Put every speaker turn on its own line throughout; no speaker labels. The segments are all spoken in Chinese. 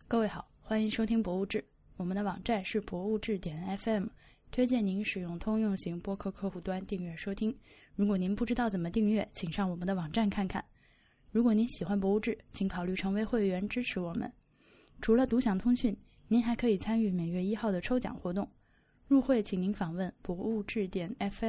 各位好，欢迎收听博物志。我们的网站是博物志点 FM， 推荐您使用通用型播客客户端订阅收听。如果您不知道怎么订阅，请上我们的网站看看。如果您喜欢博物志，请考虑成为会员支持我们。除了独享通讯，您还可以参与每月1号的抽奖活动。入会请您访问博物志点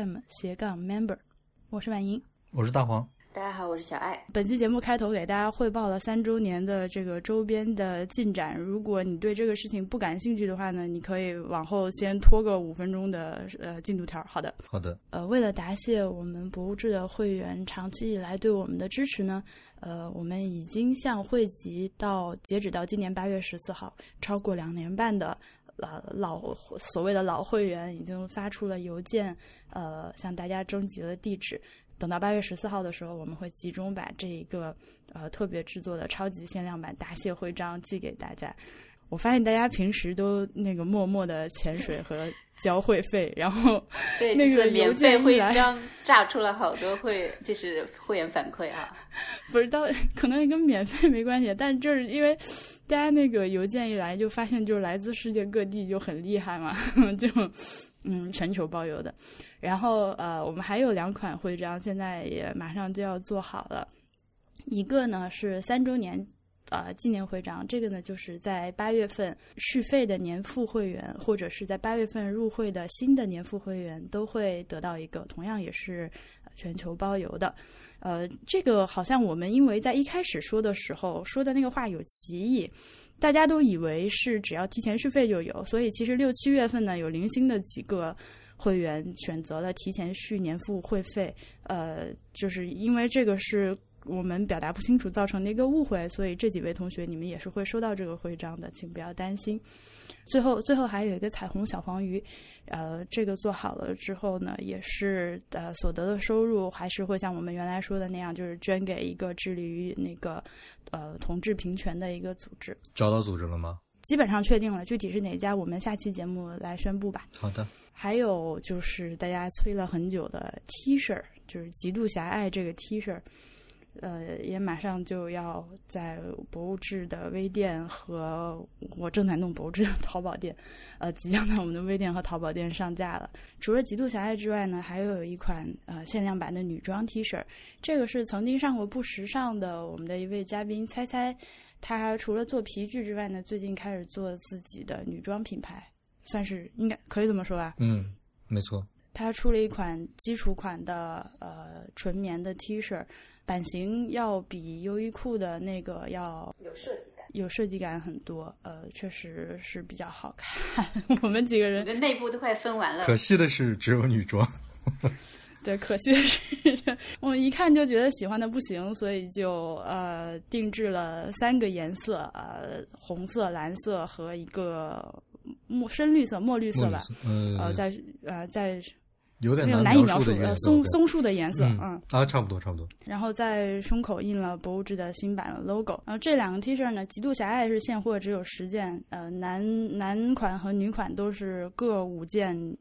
FM/member。我是婉莹，
我是大黄。
大家好，我是小爱。
本期节目开头给大家汇报了3周年的这个周边的进展。如果你对这个事情不感兴趣的话呢，你可以往后先拖个5分钟的进度条。好的。为了答谢我们博物志的会员长期以来对我们的支持呢，我们已经向汇集到截止到今年8月14号，超过2年半的所谓的老会员已经发出了邮件，向大家征集了地址。等到8月14号的时候，我们会集中把这一个特别制作的超级限量版答谢徽章寄给大家。我发现大家平时都那个默默的潜水和交会费，然后
对
那个
免费徽章炸出了好多会员反馈啊。
不知道可能也跟免费没关系，但就是因为大家那个邮件一来就发现就是来自世界各地就很厉害嘛，就全球包邮的。然后我们还有2款徽章现在也马上就要做好了。一个呢是3周年纪念徽章，这个呢就是在8月份续费的年付会员或者是在8月份入会的新的年付会员都会得到一个，同样也是全球包邮的。这个好像我们因为在一开始说的时候说的那个话有歧义，大家都以为是只要提前续费就有，所以其实6、7月份呢有零星的几个会员选择了提前续年付会费，就是因为这个是我们表达不清楚造成的一个误会，所以这几位同学你们也是会收到这个徽章的，请不要担心。最后还有一个彩虹小黄鱼，这个做好了之后呢，也是所得的收入还是会像我们原来说的那样，就是捐给一个致力于那个同志平权的一个组织。
找到组织了吗？
基本上确定了，具体是哪家我们下期节目来宣布吧。
好的。
还有就是大家催了很久的 T 恤，就是极度狭隘这个 T 恤，也马上就要在博物志的微店和我正在弄博物志的淘宝店，即将在我们的微店和淘宝店上架了。除了极度狭隘之外呢，还有一款限量版的女装 T 恤，这个是曾经上过不时尚的我们的一位嘉宾猜猜，他除了做皮具之外呢，最近开始做自己的女装品牌，算是应该可以这么说吧。
没错。
他出了一款基础款的纯棉的 T 恤，版型要比优衣库的那个要有设计感很多，确实是比较好看。我们几个人
我的内部都快分完了。
可惜的是只有女装。
对，可惜的是我一看就觉得喜欢的不行，所以就定制了3个颜色，红色、蓝色和一个深绿色、墨绿色吧。在
有点
难以描述松树的颜色。
差不多。
然后在胸口印了博物志的新版的 logo。然后这2个 T 恤呢，极度狭隘是现货只有10件，男款和女款都是各5件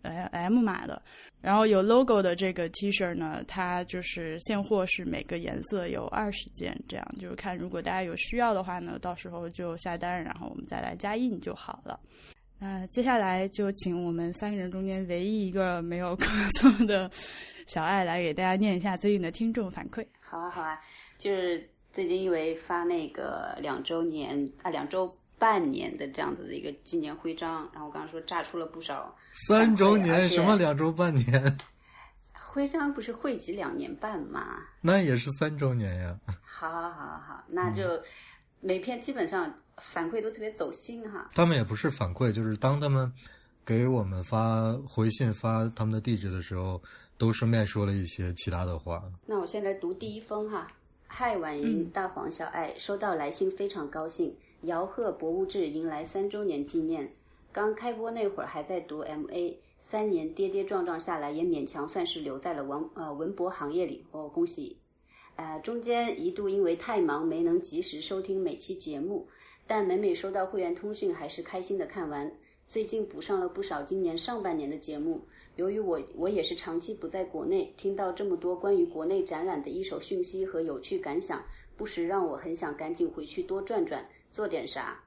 M 码的。然后有 logo 的这个 T 恤呢，它就是现货是每个颜色有20件，这样就是看如果大家有需要的话呢，到时候就下单，然后我们再来加印就好了。接下来就请我们3个人中间唯一一个没有咳嗽的小爱来给大家念一下最近的听众反馈。
好啊，就是最近因为发那个2周半年的这样子的一个纪念徽章，然后我刚刚说炸出了不少。
3周年什么2周半年？
徽章不是汇集2年半吗？
那也是3周年呀。
好，那就每篇基本上反馈都特别走心哈。
他们也不是反馈，就是当他们给我们发回信发他们的地址的时候，都顺便说了一些其他的话。
那我先来读第一封哈。嗨，婉莹、大黄、小爱，收到来信非常高兴，遥贺博物志迎来3周年纪念。刚开播那会儿还在读 MA，3年跌跌撞撞下来，也勉强算是留在了文博行业里，恭喜。中间一度因为太忙没能及时收听每期节目，但每收到会员通讯还是开心的看完。最近补上了不少今年上半年的节目，由于我也是长期不在国内，听到这么多关于国内展览的一手讯息和有趣感想，不时让我很想赶紧回去多转转，做点啥。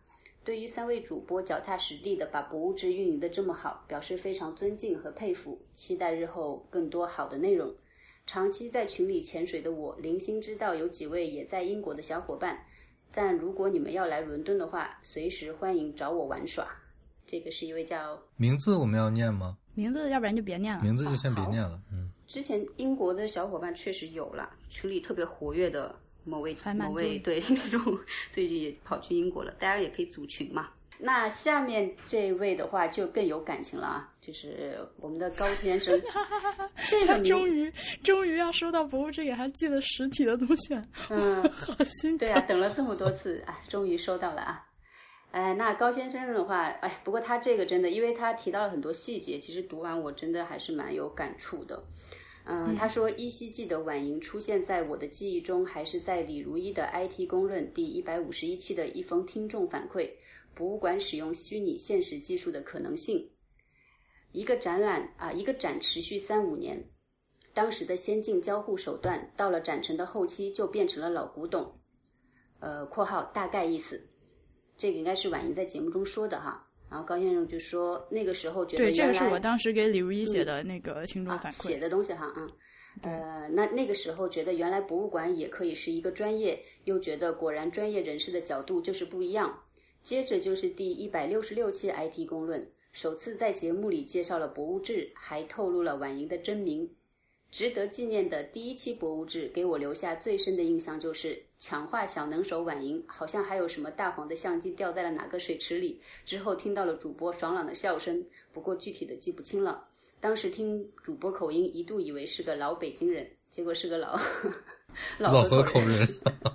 对于3位主播脚踏实地的把博物志运营的这么好，表示非常尊敬和佩服，期待日后更多好的内容。长期在群里潜水的我，零星知道有几位也在英国的小伙伴，但如果你们要来伦敦的话，随时欢迎找我玩耍。这个是一位叫……
名字我们要念吗？
名字要不然就别念了，
名字就先别念了。
之前英国的小伙伴确实有了，群里特别活跃的某位对听众最近也跑去英国了，大家也可以组群嘛。那下面这位的话就更有感情了啊，就是我们的高先生。这个
他终于要收到博物志，给他寄了实体的东西了。好心疼。
对啊，等了这么多次，终于收到了啊。那高先生的话，不过他这个真的，因为他提到了很多细节，其实读完我真的还是蛮有感触的。他说依稀记得婉莹出现在我的记忆中，还是在李如一的 IT 公论第151期的一封听众反馈，博物馆使用虚拟现实技术的可能性。一个展持续3-5年，当时的先进交互手段，到了展陈的后期就变成了老古董。括号大概意思，这个应该是婉莹在节目中说的哈。然后高先生就说，那个时候觉得
对，这个是我当时给李如一写的那个听众反馈、
写的东西哈。那个时候觉得原来博物馆也可以是一个专业，又觉得果然专业人士的角度就是不一样。接着就是第166期 IT 公论，首次在节目里介绍了博物志，还透露了婉莹的真名。值得纪念的第1期博物志给我留下最深的印象就是强化小能手婉莹，好像还有什么大黄的相机掉在了哪个水池里，之后听到了主播爽朗的笑声，不过具体的记不清了。当时听主播口音一度以为是个老北京人，结果是个老
河口人。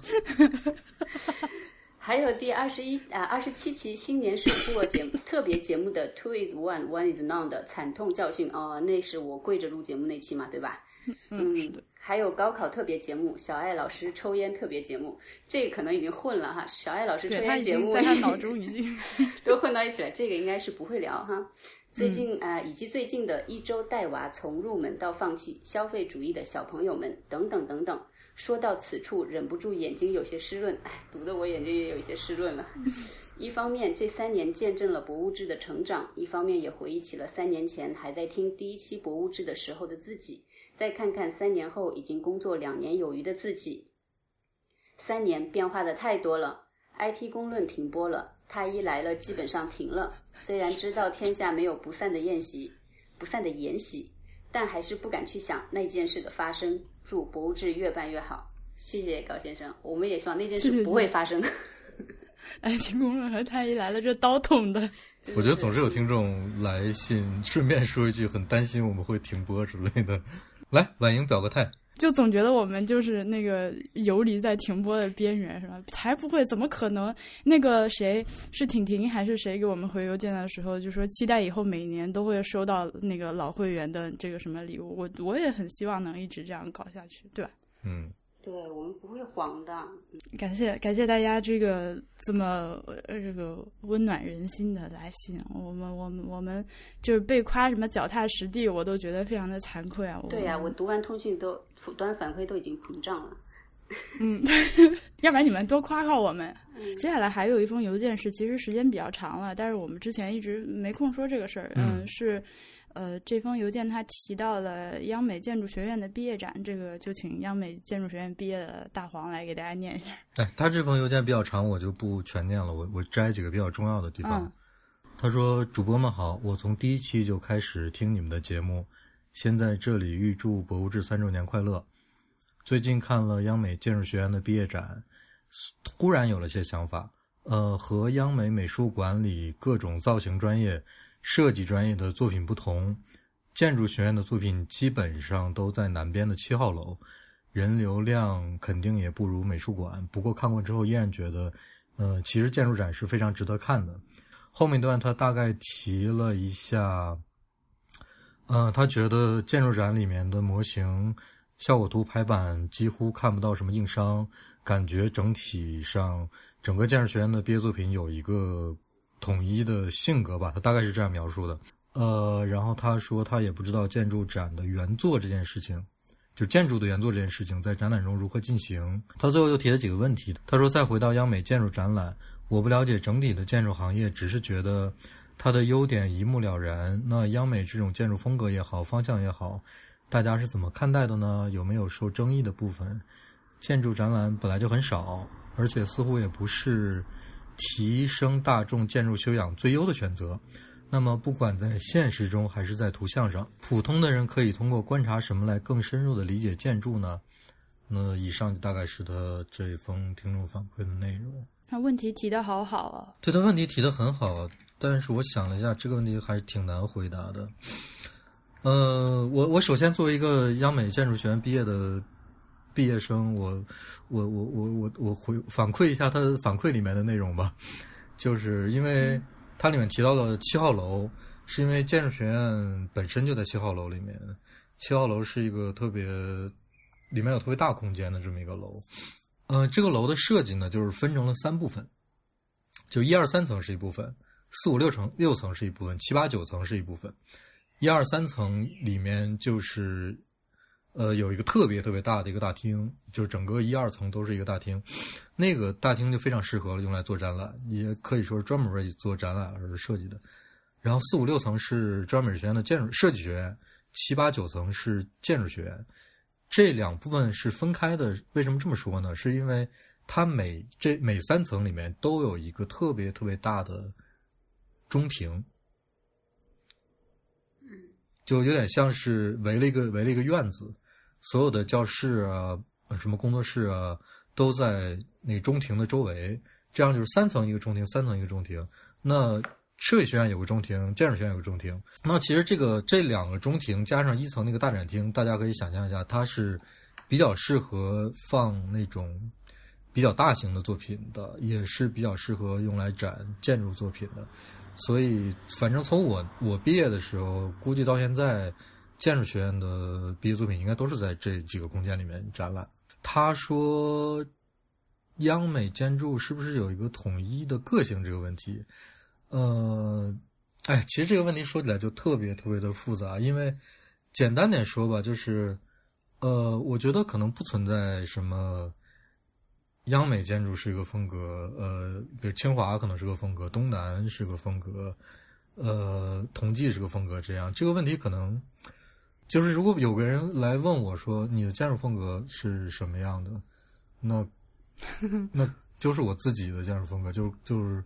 还有第27期新年水库特别节目的 Two is one, one is none 的惨痛教训那是我跪着录节目那期嘛，对吧？
是的。
还有高考特别节目，小爱老师抽烟特别节目，这个可能已经混了哈。小爱老师抽烟节目
在他脑中已经
都混到一起了，这个应该是不会聊哈。最近以及最近的1周带娃从入门到放弃消费主义的小朋友们等等等等。说到此处，忍不住眼睛有些湿润，读得我眼睛也有一些湿润了。一方面这3年见证了博物志的成长，一方面也回忆起了3年前还在听第1期博物志的时候的自己，再看看3年后已经工作2年有余的自己。3年变化的太多了。 IT 公论停播了，太医来了基本上停了，虽然知道天下没有不散的宴席，但还是不敢去想那件事的发生。祝博物志越办越好。谢谢高先生，我们也希望那件事不会发生。
IT 公论和太医来了这刀捅的。
我觉得总是有听众来信顺便说一句很担心我们会停播之类的。来，婉莹表个态。
就总觉得我们就是那个游离在停播的边缘，是吧？才不会，怎么可能？那个谁是婷婷还是谁给我们回邮件的时候就说期待以后每年都会收到那个老会员的这个什么礼物，我也很希望能一直这样搞下去，对吧？
对，我们不会黄的。
感谢大家这个这么这个温暖人心的来信，我们就是被夸什么脚踏实地，我都觉得非常的惭愧啊。
对呀，我读完通讯都端反馈都已经膨胀了。
要不然你们多夸夸我们。接下来还有一封邮件是其实时间比较长了，但是我们之前一直没空说这个事儿。是这封邮件他提到了央美建筑学院的毕业展，这个就请央美建筑学院毕业的大黄来给大家念一下。
他这封邮件比较长，我就不全念了，我摘几个比较重要的地方。他说：主播们好，我从第1期就开始听你们的节目，先在这里预祝博物志3周年快乐。最近看了央美建筑学院的毕业展，突然有了些想法。和央美美术馆里各种造型专业、设计专业的作品不同，建筑学院的作品基本上都在南边的7号楼，人流量肯定也不如美术馆，不过看过之后依然觉得其实建筑展是非常值得看的。后面一段他大概提了一下他觉得建筑展里面的模型效果图排版几乎看不到什么硬伤，感觉整体上整个建筑学院的毕业作品有一个统一的性格吧，他大概是这样描述的。然后他说他也不知道建筑展的原作这件事情， 就建筑的原作这件事情在展览中如何进行。他最后又提了几个问题，他说再回到央美建筑展览，我不了解整体的建筑行业，只是觉得它的优点一目了然。那央美这种建筑风格也好，方向也好，大家是怎么看待的呢？有没有受争议的部分？建筑展览本来就很少，而且似乎也不是提升大众建筑修养最优的选择。那么不管在现实中还是在图像上，普通的人可以通过观察什么来更深入的理解建筑呢？那以上就大概是他这封听众反馈的内容。
他问题提得好好啊。
对，他问题提得很好，但是我想了一下，这个问题还是挺难回答的。我首先作为一个央美建筑学院毕业的毕业生，我反馈一下他反馈里面的内容吧。就是因为它里面提到了7号楼，是因为建筑学院本身就在7号楼里面。7号楼是一个里面有特别大空间的这么一个楼。这个楼的设计呢，就是分成了3部分，就1、2、3层是一部分，4、5、6层是一部分，7、8、9层是一部分。1、2、3层里面就是有一个特别特别大的一个大厅，就是整个1、2层都是一个大厅。那个大厅就非常适合用来做展览，也可以说是专门为做展览而设计的。然后4、5、6层是专门学院的设计学院，7、8、9层是建筑学院。这2部分是分开的。为什么这么说呢？是因为它每3层里面都有一个特别特别大的中庭，就有点像是围了一个院子，所有的教室啊、什么工作室啊都在那个中庭的周围，这样就是3层一个中庭，3层一个中庭。那设计学院有个中庭，建筑学院有个中庭。那其实这2个中庭加上1层那个大展厅，大家可以想象一下，它是比较适合放那种比较大型的作品的，也是比较适合用来展建筑作品的。所以反正从我毕业的时候，估计到现在建筑学院的毕业作品应该都是在这几个空间里面展览。他说央美建筑是不是有一个统一的个性这个问题，其实这个问题说起来就特别特别的复杂。因为简单点说吧，就是我觉得可能不存在什么央美建筑是一个风格，比如清华可能是个风格，东南是个风格，同济是个风格，这样这个问题可能就是如果有个人来问我说你的建筑风格是什么样的，那就是我自己的建筑风格，就是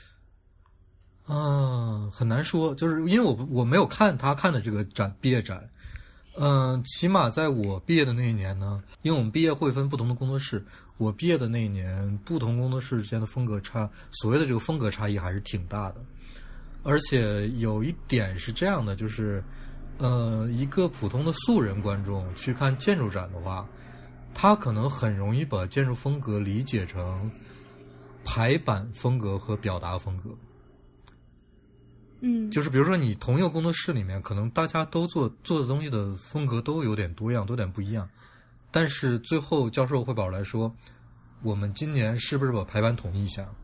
很难说，就是因为我没有看他看的这个毕业展。起码在我毕业的那一年呢，因为我们毕业会分不同的工作室，我毕业的那一年不同工作室之间的风格所谓的这个风格差异还是挺大的。而且有一点是这样的，就是一个普通的素人观众去看建筑展的话，他可能很容易把建筑风格理解成排版风格和表达风格。就是比如说你同一个工作室里面，可能大家都做的东西的风格都有点多样，都有点不一样，但是最后教授会跑来说，我们今年是不是把排版统一一下，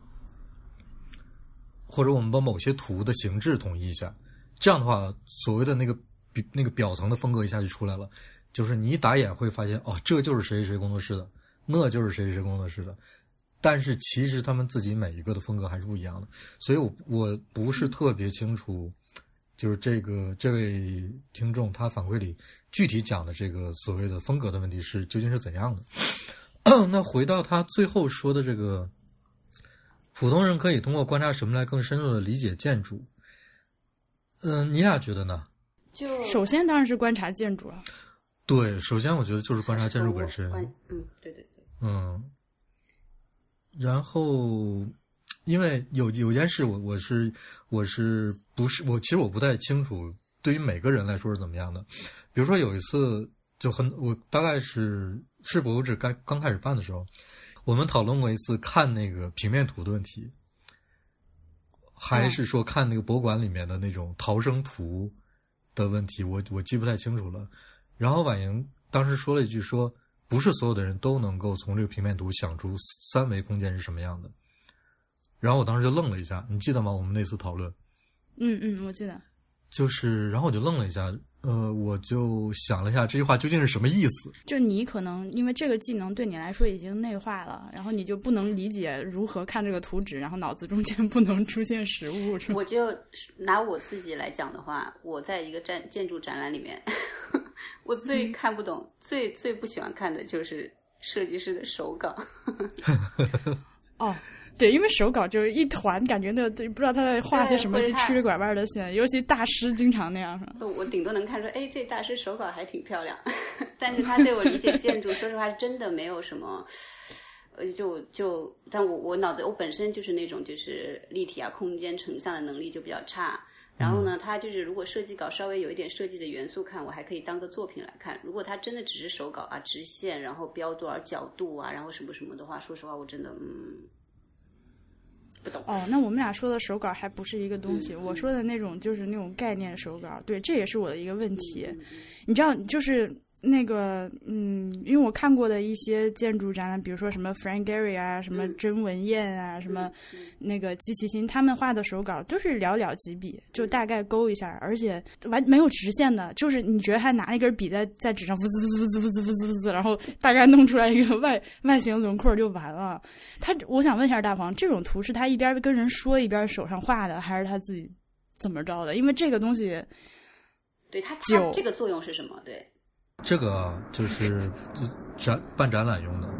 或者我们把某些图的形制统一一下。这样的话，所谓的那个表层的风格一下就出来了，就是你一打眼会发现，这就是谁谁工作室的，那就是谁谁工作室的。但是其实他们自己每一个的风格还是不一样的。所以我不是特别清楚，就是这位听众他反馈里具体讲的这个所谓的风格的问题究竟是怎样的。那回到他最后说的这个普通人可以通过观察什么来更深入的理解建筑，你俩觉得呢？
就首先当然是观察建筑了。
对，首先我觉得就是观察建筑本身。
对对对。
然后因为有件事我其实我不太清楚对于每个人来说是怎么样的。比如说有一次我大概是博物志刚开始办的时候，我们讨论过一次看那个平面图的问题，还是说看那个博物馆里面的那种逃生图的问题，我记不太清楚了。然后婉莹当时说了一句，说不是所有的人都能够从这个平面图想出3维空间是什么样的。然后我当时就愣了一下，你记得吗？我们那次讨论。
我记得。
就是然后我就愣了一下， 我就想了一下这句话究竟是什么意思。
就你可能因为这个技能对你来说已经内化了，然后你就不能理解如何看这个图纸，然后脑子中间不能出现实物。
我就拿我自己来讲的话，我在一个建筑展览里面，我最看不懂、最不喜欢看的就是设计师的手稿。
哦。对，因为手稿就是一团，感觉那不知道他在画些什么，就曲里拐弯的线，尤其大师经常那样。
我顶多能看出，哎，这大师手稿还挺漂亮，但是他对我理解建筑，说实话真的没有什么，但我脑子我本身就是那种就是立体啊、空间成像的能力就比较差。然后呢，他就是如果设计稿稍微有一点设计的元素看，我还可以当个作品来看。如果他真的只是手稿啊、直线，然后标多少角度啊，然后什么什么的话，说实话我真的不懂。
哦，那我们俩说的手稿还不是一个东西。我说的那种就是那种概念手稿。对，这也是我的一个问题。你知道，就是那个因为我看过的一些建筑展览，比如说什么 Frank Gehry 啊，什么甄文燕啊，什么那个姬其新，他们画的手稿都是寥寥几笔，就大概勾一下，而且没有直线的，就是你觉得他拿一根笔在纸上滋滋滋滋滋滋滋，然后大概弄出来一个外形轮廓就完了。我想问一下大黄，这种图是他一边跟人说一边手上画的，还是他自己怎么着的？因为这个东西，
对他这个作用是什么？对。
这个就是办展览用的。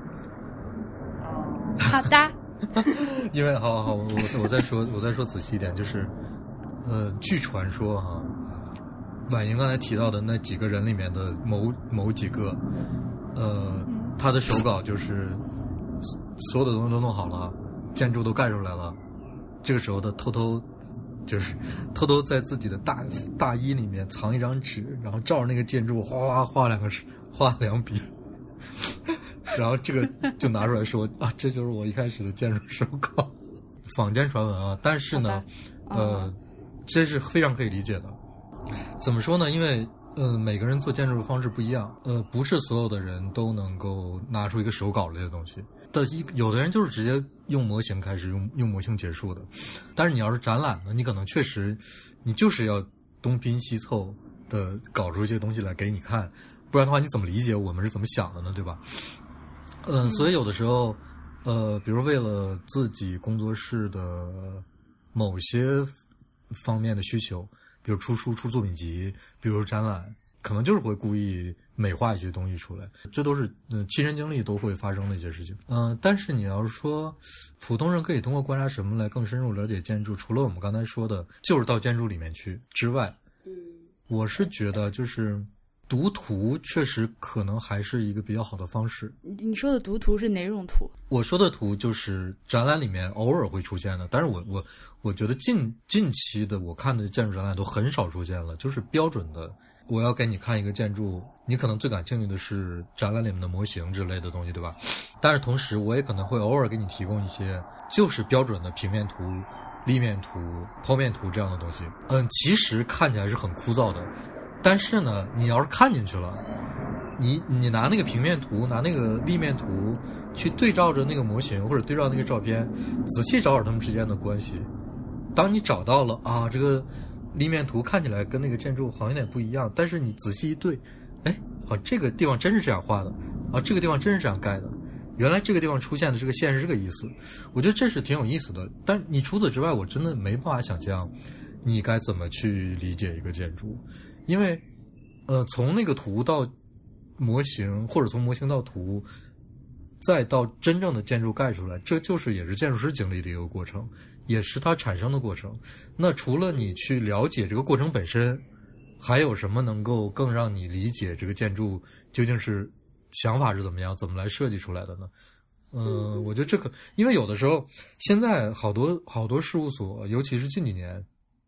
好的。
因为好，我再说仔细一点，就是据传说哈，婉莹刚才提到的那几个人里面的某几个，他的手稿就是所有的东西都弄好了，建筑都盖出来了，这个时候的偷偷在自己的大衣里面藏一张纸，然后照着那个建筑哗画两笔，然后这个就拿出来说啊，这就是我一开始的建筑手稿。坊间传闻啊，但是呢，这是非常可以理解的。怎么说呢？因为每个人做建筑的方式不一样，不是所有的人都能够拿出一个手稿类的东西。有的人就是直接用模型开始，用模型结束的。但是你要是展览呢，你可能确实你就是要东拼西凑的搞出一些东西来给你看，不然的话你怎么理解我们是怎么想的呢？对吧？所以有的时候比如为了自己工作室的某些方面的需求，比如出书、出作品集，比如展览，可能就是会故意美化一些东西出来，这都是亲身经历都会发生的一些事情。但是你要是说普通人可以通过观察什么来更深入了解建筑，除了我们刚才说的就是到建筑里面去之外，我是觉得就是读图确实可能还是一个比较好的方式。
你说的读图是哪种图？
我说的图就是展览里面偶尔会出现的，但是我觉得近期的我看的建筑展览都很少出现了，就是标准的我要给你看一个建筑，你可能最感兴趣的是展览里面的模型之类的东西，对吧？但是同时我也可能会偶尔给你提供一些就是标准的平面图、立面图、剖面图这样的东西。其实看起来是很枯燥的，但是呢你要是看进去了，你拿那个平面图、拿那个立面图去对照着那个模型或者对照那个照片，仔细找找它们之间的关系。当你找到了啊，这个立面图看起来跟那个建筑好像有点不一样，但是你仔细一对，哎，好，这个地方真是这样画的啊，这个地方真是这样盖的，原来这个地方出现的这个线是这个意思。我觉得这是挺有意思的。但你除此之外，我真的没办法想象你该怎么去理解一个建筑，因为从那个图到模型，或者从模型到图，再到真正的建筑盖出来，这就是也是建筑师经历的一个过程，也是它产生的过程。那除了你去了解这个过程本身，还有什么能够更让你理解这个建筑究竟是想法是怎么样，怎么来设计出来的呢？我觉得这个，因为有的时候现在好多事务所，尤其是近几年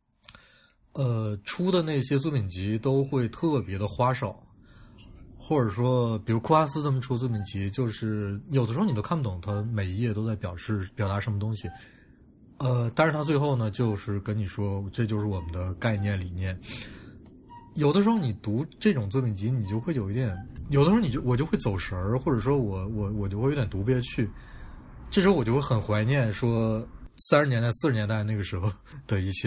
出的那些作品集都会特别的花哨，或者说比如库哈斯他们出作品集，就是有的时候你都看不懂他每一页都在表达什么东西。但是他最后呢，就是跟你说这就是我们的概念理念。有的时候你读这种作品集，你就会有一点，有的时候我就会走神儿，或者说我就会有点读不下去。这时候我就会很怀念说30年代、40年代那个时候的一些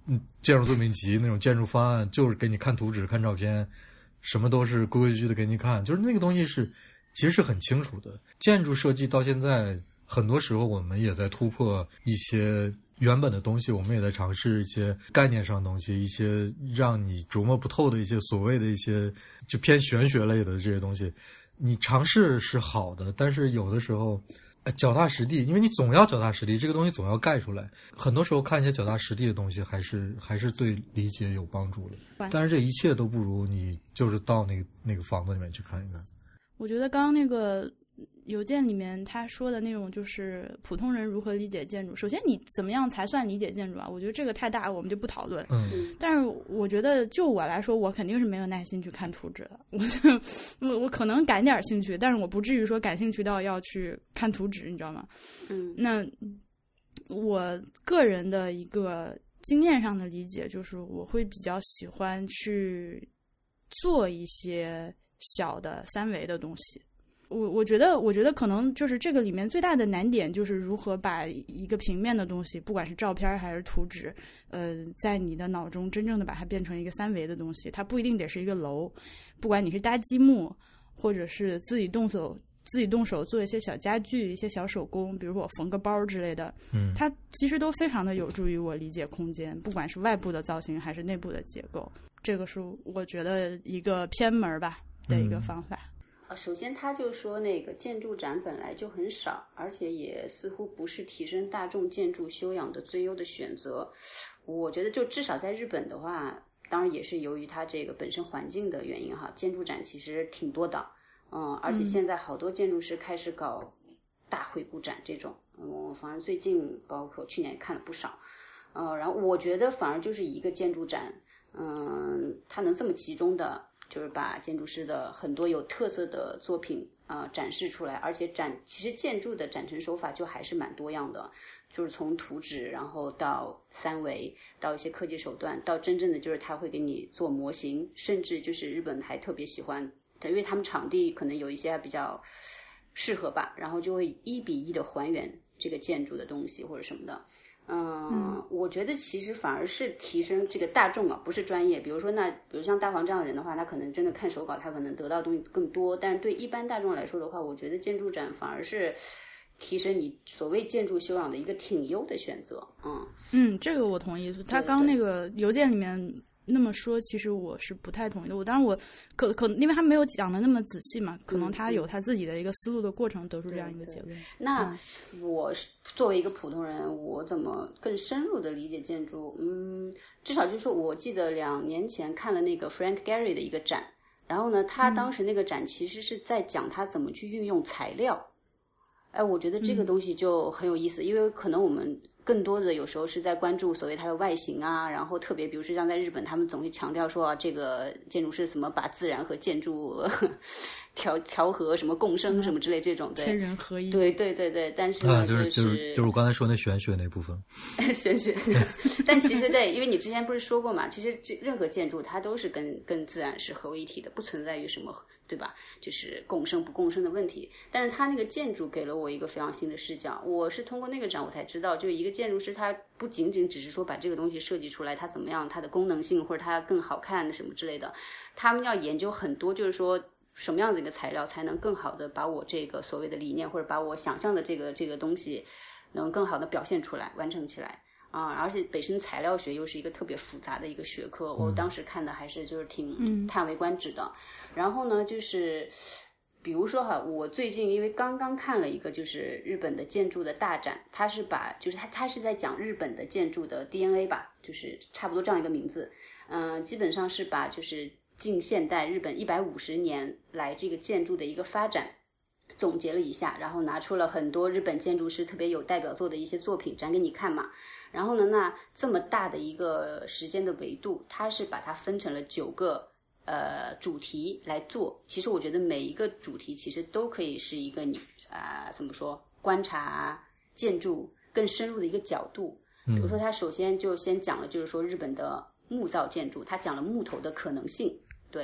建筑作品集那种建筑方案，就是给你看图纸、看照片，什么都是规规矩矩的给你看，就是那个东西其实是很清楚的。建筑设计到现在，很多时候我们也在突破一些原本的东西，我们也在尝试一些概念上的东西，一些让你琢磨不透的一些所谓的一些就偏玄学类的这些东西。你尝试是好的，但是有的时候脚踏实地，因为你总要脚踏实地，这个东西总要盖出来。很多时候看一些脚踏实地的东西，还是对理解有帮助的。但是这一切都不如你就是到那个房子里面去看一看。
我觉得刚刚那个邮件里面他说的那种就是普通人如何理解建筑，首先你怎么样才算理解建筑啊？我觉得这个太大，我们就不讨论。但是我觉得就我来说，我肯定是没有耐心去看图纸的。我可能感点兴趣，但是我不至于说感兴趣到要去看图纸，你知道吗？那我个人的一个经验上的理解就是我会比较喜欢去做一些小的三维的东西。我觉得可能就是这个里面最大的难点就是如何把一个平面的东西，不管是照片还是图纸，在你的脑中真正的把它变成一个三维的东西。它不一定得是一个楼，不管你是搭积木，或者是自己动手做一些小家具、一些小手工，比如说我缝个包之类的，它其实都非常的有助于我理解空间，不管是外部的造型还是内部的结构。这个是我觉得一个偏门吧的一个方法。
首先他就说那个建筑展本来就很少，而且也似乎不是提升大众建筑修养的最优的选择。我觉得就至少在日本的话，当然也是由于它这个本身环境的原因哈，建筑展其实挺多的。而且现在好多建筑师开始搞大回顾展这种，我反正最近包括去年看了不少。然后我觉得反而就是一个建筑展，它能这么集中的就是把建筑师的很多有特色的作品展示出来，而且其实建筑的展陈手法就还是蛮多样的，就是从图纸，然后到三维，到一些科技手段，到真正的就是他会给你做模型，甚至就是日本还特别喜欢，因为他们场地可能有一些比较适合吧，然后就会1:1的还原这个建筑的东西或者什么的。我觉得其实反而是提升这个大众啊，不是专业。比如像大黄这样的人的话，他可能真的看手稿，他可能得到的东西更多。但是对一般大众来说的话，我觉得建筑展反而是提升你所谓建筑修养的一个挺优的选择。
这个我同意。他刚那个邮件里面那么说，其实我是不太同意的。当然我可因为他没有讲的那么仔细嘛，可能他有他自己的一个思路的过程，得出这样一个结论。
那我作为一个普通人，我怎么更深入的理解建筑？至少就是说我记得2年前看了那个 Frank Gehry 的一个展，然后呢，他当时那个展其实是在讲他怎么去运用材料。我觉得这个东西就很有意思，因为可能我们更多的有时候是在关注所谓它的外形啊，然后特别比如说像在日本，他们总会强调说这个建筑师怎么把自然和建筑调和，什么共生什么之类这种，对，
天人合一，
对，但是呢，
就是我刚才说那玄学那部分，
玄学，但其实对，因为你之前不是说过嘛，其实任何建筑它都是跟自然是合为一体的，不存在于什么，对吧？就是共生不共生的问题。但是它那个建筑给了我一个非常新的视角，我是通过那个展我才知道，就一个建筑师他不仅仅只是说把这个东西设计出来，它怎么样，它的功能性或者它更好看什么之类的，他们要研究很多，就是说什么样的一个材料才能更好的把我这个所谓的理念或者把我想象的这个东西能更好的表现出来完成起来而且本身材料学又是一个特别复杂的一个学科，我当时看的还是就是挺叹为观止的。然后呢就是比如说我最近因为刚刚看了一个就是日本的建筑的大展，它是把就是它是在讲日本的建筑的 DNA 吧，就是差不多这样一个名字。基本上是把就是近现代日本150年来这个建筑的一个发展总结了一下，然后拿出了很多日本建筑师特别有代表作的一些作品展给你看嘛。然后呢，那这么大的一个时间的维度，它是把它分成了9个主题来做。其实我觉得每一个主题其实都可以是一个你怎么说观察建筑更深入的一个角度。比如说他首先就先讲了就是说日本的木造建筑，他讲了木头的可能性，对。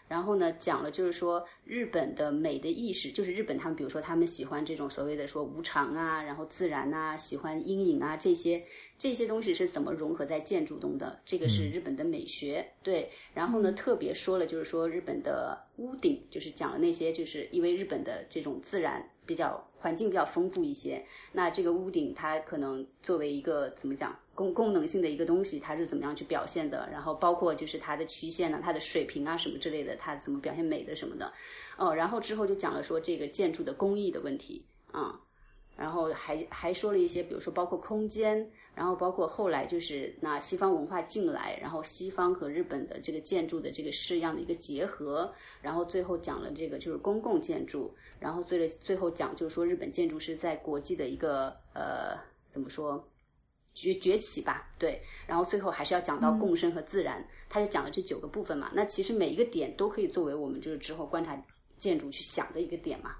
然后呢，讲了就是说日本的美的意识，就是日本他们比如说他们喜欢这种所谓的说无常啊，然后自然啊，喜欢阴影啊，这些东西是怎么融合在建筑中的，这个是日本的美学。对，然后呢特别说了就是说日本的屋顶，就是讲了那些就是因为日本的这种自然比较环境比较丰富一些，那这个屋顶它可能作为一个怎么讲功能性的一个东西，它是怎么样去表现的，然后包括就是它的曲线啊，它的水平啊什么之类的，它怎么表现美的什么的。然后之后就讲了说这个建筑的工艺的问题，然后还说了一些比如说包括空间，然后包括后来就是那西方文化进来，然后西方和日本的这个建筑的这个式样的一个结合，然后最后讲了这个就是公共建筑，然后最后讲就是说日本建筑是在国际的一个怎么说崛起吧，对，然后最后还是要讲到共生和自然，他就讲了这9个部分嘛。那其实每一个点都可以作为我们就是之后观察建筑去想的一个点嘛。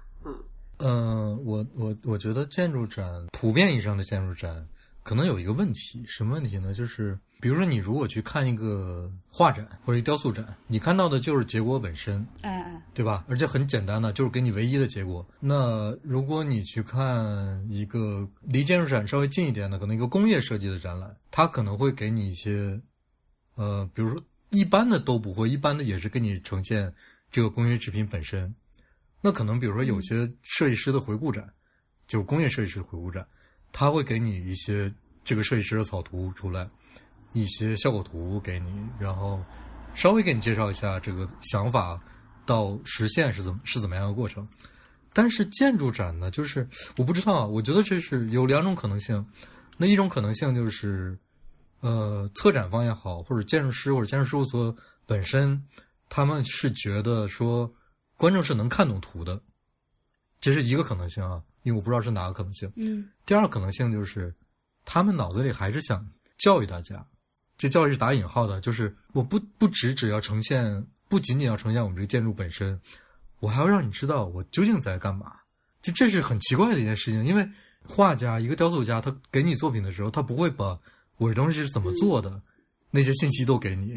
我觉得建筑展普遍意义上的建筑展可能有一个问题，什么问题呢？就是比如说你如果去看一个画展或者一个雕塑展，你看到的就是结果本身，对吧？而且很简单的，就是给你唯一的结果。那如果你去看一个离建筑展稍微近一点的，可能一个工业设计的展览，它可能会给你一些比如说一般的都不会，一般的也是给你呈现这个工业制品本身。那可能比如说有些设计师的回顾展，就是工业设计师的回顾展，他会给你一些这个设计师的草图出来，一些效果图给你，然后稍微给你介绍一下这个想法到实现是怎么样的过程。但是建筑展呢，就是我不知道啊，我觉得这是有2种可能性。那一种可能性就是策展方也好，或者建筑师或者建筑事务所本身，他们是觉得说观众是能看懂图的，这是一个可能性啊，因为我不知道是哪个可能性。第二个可能性就是他们脑子里还是想教育大家，这教育是打引号的，就是我不只要呈现，不仅仅要呈现我们这个建筑本身，我还要让你知道我究竟在干嘛。就这是很奇怪的一件事情，因为画家一个雕塑家，他给你作品的时候，他不会把我的东西是怎么做的那些信息都给你。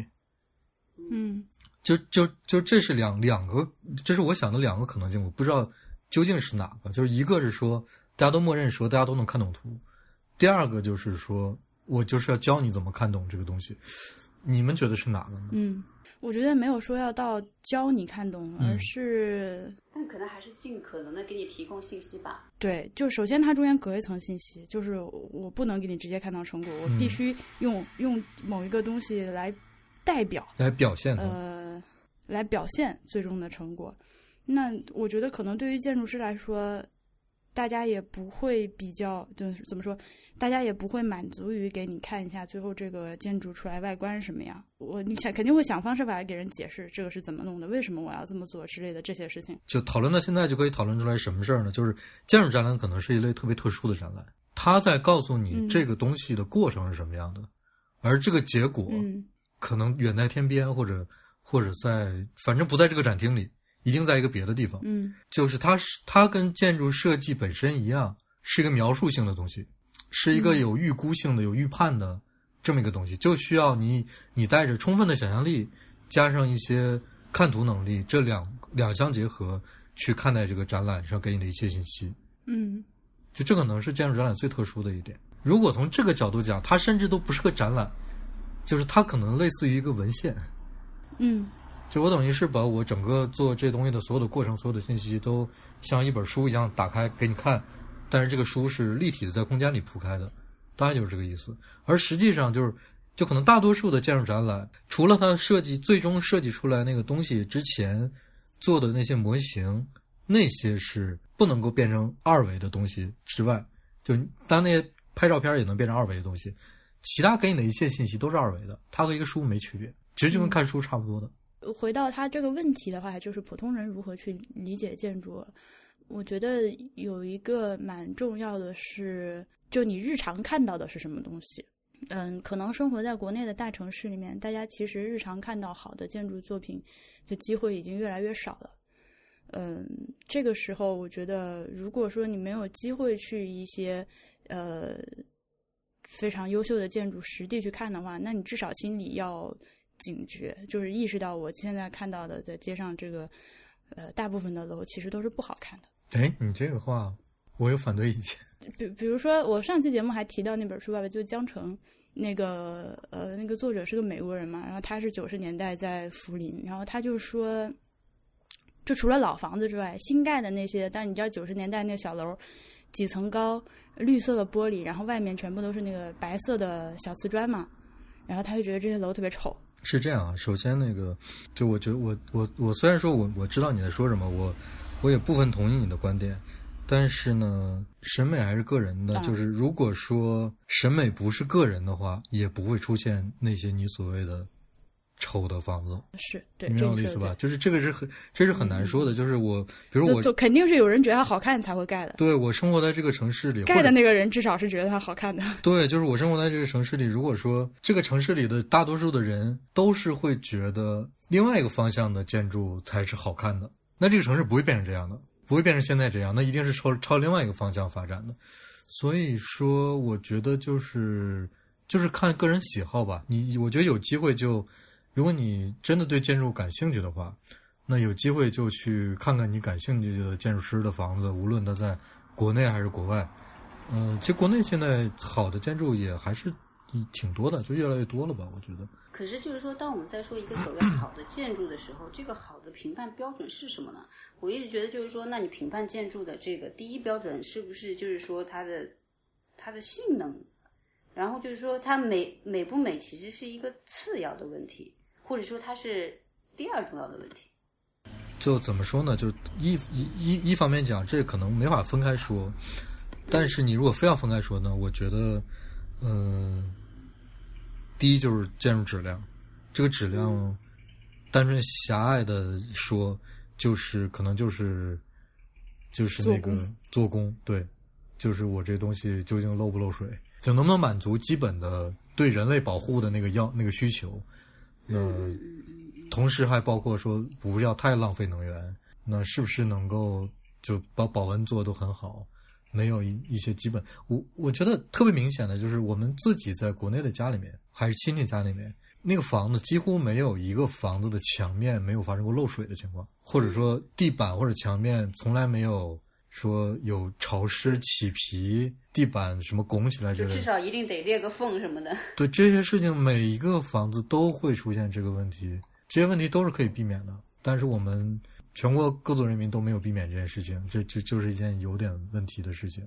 就这是两个，这是我想的2个可能性，我不知道究竟是哪个。就是一个是说大家都默认说大家都能看懂图，第二个就是说我就是要教你怎么看懂这个东西。你们觉得是哪个呢？
我觉得没有说要到教你看懂，而是
但可能还是尽可能的给你提供信息吧。
对，就首先它中间隔一层信息，就是我不能给你直接看到成果，我必须用某一个东西来代表，
来表现
来表现最终的成果。那我觉得可能对于建筑师来说，大家也不会比较，就是怎么说，大家也不会满足于给你看一下最后这个建筑出来外观是什么样。你肯定会想方设法给人解释这个是怎么弄的，为什么我要这么做之类的这些事情。
就讨论到现在就可以讨论出来什么事儿呢？就是建筑展览可能是一类特别特殊的展览，它在告诉你这个东西的过程是什么样的，而这个结果可能远在天边，或者在反正不在这个展厅里，一定在一个别的地方。就是它跟建筑设计本身一样，是一个描述性的东西，是一个有预估性的、有预判的这么一个东西，就需要你带着充分的想象力，加上一些看图能力，这两相结合去看待这个展览上给你的一切信息。就这可能是建筑展览最特殊的一点。如果从这个角度讲，它甚至都不是个展览，就是它可能类似于一个文献。就我等于是把我整个做这东西的所有的过程、所有的信息都像一本书一样打开给你看，但是这个书是立体的，在空间里铺开的，大概就是这个意思。而实际上就可能大多数的建筑展览，除了它最终设计出来那个东西之前做的那些模型，那些是不能够变成2维的东西之外，就当那些拍照片也能变成2维的东西，其他给你的一切信息都是2维的，它和一个书没区别，其实就跟看书差不多的。
回到他这个问题的话，就是普通人如何去理解建筑。我觉得有一个蛮重要的是，就你日常看到的是什么东西。可能生活在国内的大城市里面，大家其实日常看到好的建筑作品的机会已经越来越少了。这个时候我觉得如果说你没有机会去一些非常优秀的建筑实地去看的话，那你至少心里要警觉，就是意识到我现在看到的在街上这个大部分的楼其实都是不好看的。
哎，你这个话我有反对意见。
比如说我上期节目还提到那本书吧，就是江城。那个作者是个美国人嘛，然后他是90年代在福林，然后他就说，就除了老房子之外，新盖的那些，但你知道90年代那小楼几层高，绿色的玻璃，然后外面全部都是那个白色的小瓷砖嘛，然后他就觉得这些楼特别丑。
是这样啊，首先那个，就我觉得我虽然说我知道你在说什么，我也部分同意你的观点。但是呢，审美还是个人的，就是如果说审美不是个人的话，也不会出现那些你所谓的丑的房子。
是，对，
你明白我的意思吧？就是这是很难说的。就是比如我
肯定是有人觉得它好看才会盖的。
对，我生活在这个城市里，
盖的那个人至少是觉得它好看的。
对，就是我生活在这个城市里，如果说这个城市里的大多数的人都是会觉得另外一个方向的建筑才是好看的，那这个城市不会变成这样的。不会变成现在这样，那一定是朝另外一个方向发展的。所以说我觉得就是看个人喜好吧。我觉得有机会如果你真的对建筑感兴趣的话，那有机会就去看看你感兴趣的建筑师的房子，无论他在国内还是国外。其实国内现在好的建筑也还是挺多的，就越来越多了吧，我觉得。
可是就是说，当我们在说一个所谓好的建筑的时候，这个好的评判标准是什么呢？我一直觉得就是说，那你评判建筑的这个第一标准是不是就是说它的性能，然后就是说它美不美其实是一个次要的问题，或者说它是第二重要的问题。
就怎么说呢？就一方面讲，这可能没法分开说，但是你如果非要分开说呢，我觉得，第一就是建筑质量，这个质量，单纯狭隘的说，可能就是那个做工，对，就是我这东西究竟漏不漏水，就能不能满足基本的对人类保护的那个需求，同时还包括说不要太浪费能源，那是不是能够就把保温做得都很好。没有一些基本，我觉得特别明显的就是我们自己在国内的家里面，还是亲戚家里面，那个房子几乎没有一个房子的墙面没有发生过漏水的情况，或者说地板或者墙面从来没有说有潮湿起皮，地板什么拱起来之类的，
至少一定得裂个缝什么的。
对，这些事情每一个房子都会出现这个问题，这些问题都是可以避免的，但是我们全国各族人民都没有避免这件事情，这就是一件有点问题的事情。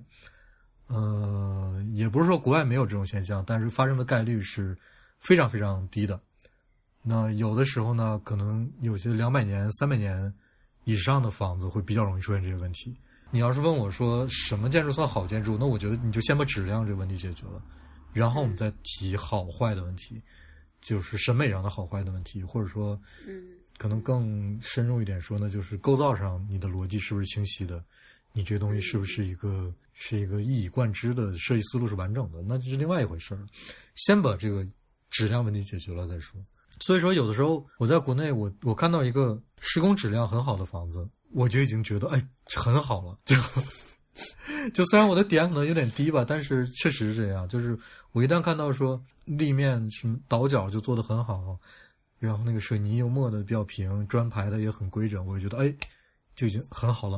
也不是说国外没有这种现象，但是发生的概率是非常非常低的。那有的时候呢，可能有些200年、300年以上的房子会比较容易出现这些问题。你要是问我说什么建筑算好建筑，那我觉得你就先把质量这个问题解决了，然后我们再提好坏的问题，就是审美上的好坏的问题，或者说可能更深入一点说呢，就是构造上你的逻辑是不是清晰的，你这个东西是不是一个一以贯之的设计思路是完整的，那就是另外一回事儿。先把这个质量问题解决了再说。所以说有的时候我在国内我看到一个施工质量很好的房子，我就已经觉得很好了，就虽然我的点可能有点低吧，但是确实是这样。就是我一旦看到说立面什么倒角就做得很好，然后那个水泥又磨得比较平，砖排的也很规整，我就觉得就已经很好了。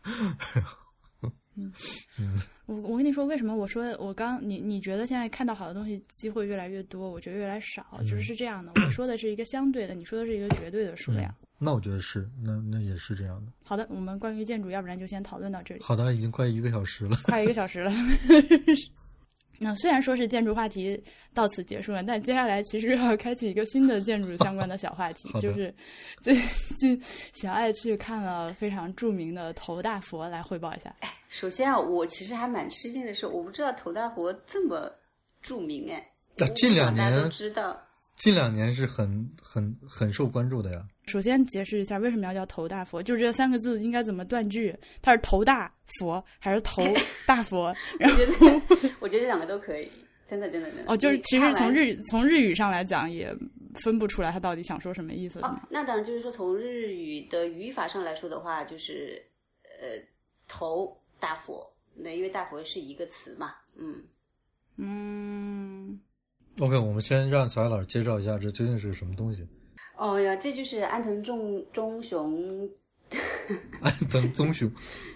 我跟你说为什么我说你觉得现在看到好的东西机会越来越多，我觉得越来越少，就是这样的。我说的是一个相对的，你说的是一个绝对的数量。
那我觉得是，那也是这样的。
好的，我们关于建筑要不然就先讨论到这里。
好的，已经快1个小时了。
快1个小时了。那虽然说是建筑话题到此结束了，但接下来其实要开启一个新的建筑相关的小话题，就是最近小爱去看了非常著名的头大佛，来汇报一下。
首先我其实还蛮吃惊的是，我不知道头大佛这么著名
近2年
大家都知道。
近2年是很受关注的呀。
首先解释一下为什么要叫头大佛，就是这3个字应该怎么断句，它是头大佛还是头大佛？然后
我觉得这2个都可以，真的。
就是其实从日语上来讲也分不出来他到底想说什么意思。
那当然就是说从日语的语法上来说的话，就是头大佛，那因为大佛是一个词嘛。
OK， 我们先让小艾老师介绍一下这究竟是个什么东西。
哦呀，这就是安藤忠雄。
安藤忠雄。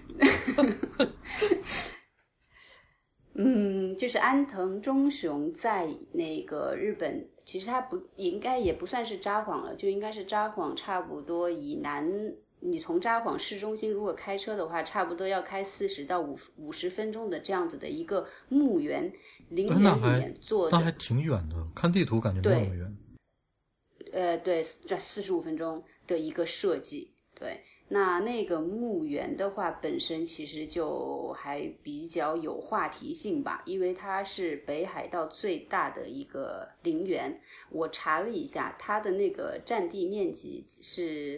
就是安藤忠雄在那个日本，其实他应该也不算是札幌了，就应该是札幌差不多以南。你从札幌市中心如果开车的话，差不多要开40到50分钟的这样子的一个墓园陵园里面做的，
那还挺远的，看地图感觉没有那么远。
对，这45分钟的一个设计，对。那个墓园的话，本身其实就还比较有话题性吧，因为它是北海道最大的一个陵园。我查了一下，它的那个占地面积是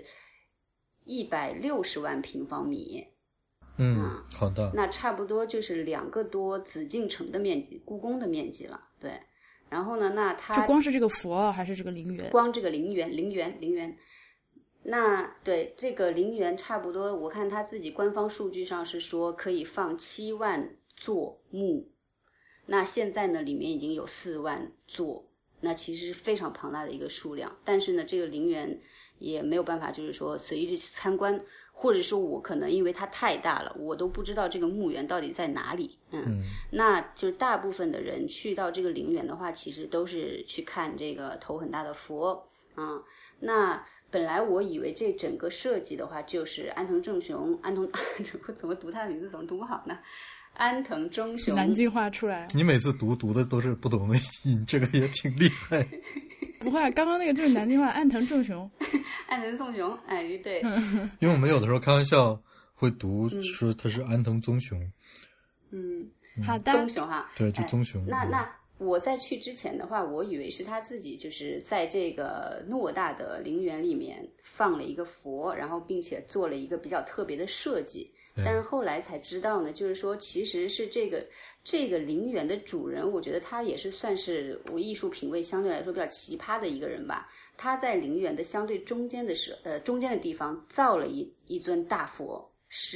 160万平方米。
好的。
那差不多就是2个多紫禁城的面积，故宫的面积了，对。然后呢，那它
就光是这个佛还是这个陵园？
光这个陵园。那对这个陵园差不多，我看他自己官方数据上是说可以放7万座墓，那现在呢里面已经有4万座，那其实是非常庞大的一个数量。但是呢这个陵园也没有办法就是说随意去参观，或者说我可能因为它太大了，我都不知道这个墓园到底在哪里。那就是大部分的人去到这个陵园的话，其实都是去看这个头很大的佛。那本来我以为这整个设计的话，就是安藤忠雄，我怎么读他的名字怎么读不好呢？安藤忠雄，
南京话出来。
你每次读的都是不同的音，这个也挺厉害。
不会，刚刚那个就是南京话，安藤忠雄。
安藤忠雄，哎，对。
因为我们有的时候开玩笑会读说他是安藤忠雄。
好的。
忠雄哈。
对，就忠雄。
那我在去之前的话，我以为是他自己就是在这个偌大的陵园里面放了一个佛，然后并且做了一个比较特别的设计。但是后来才知道呢，就是说其实是这个陵园的主人，我觉得他也是算是我艺术品味相对来说比较奇葩的一个人吧。他在陵园的相对中间的地方造了一尊大佛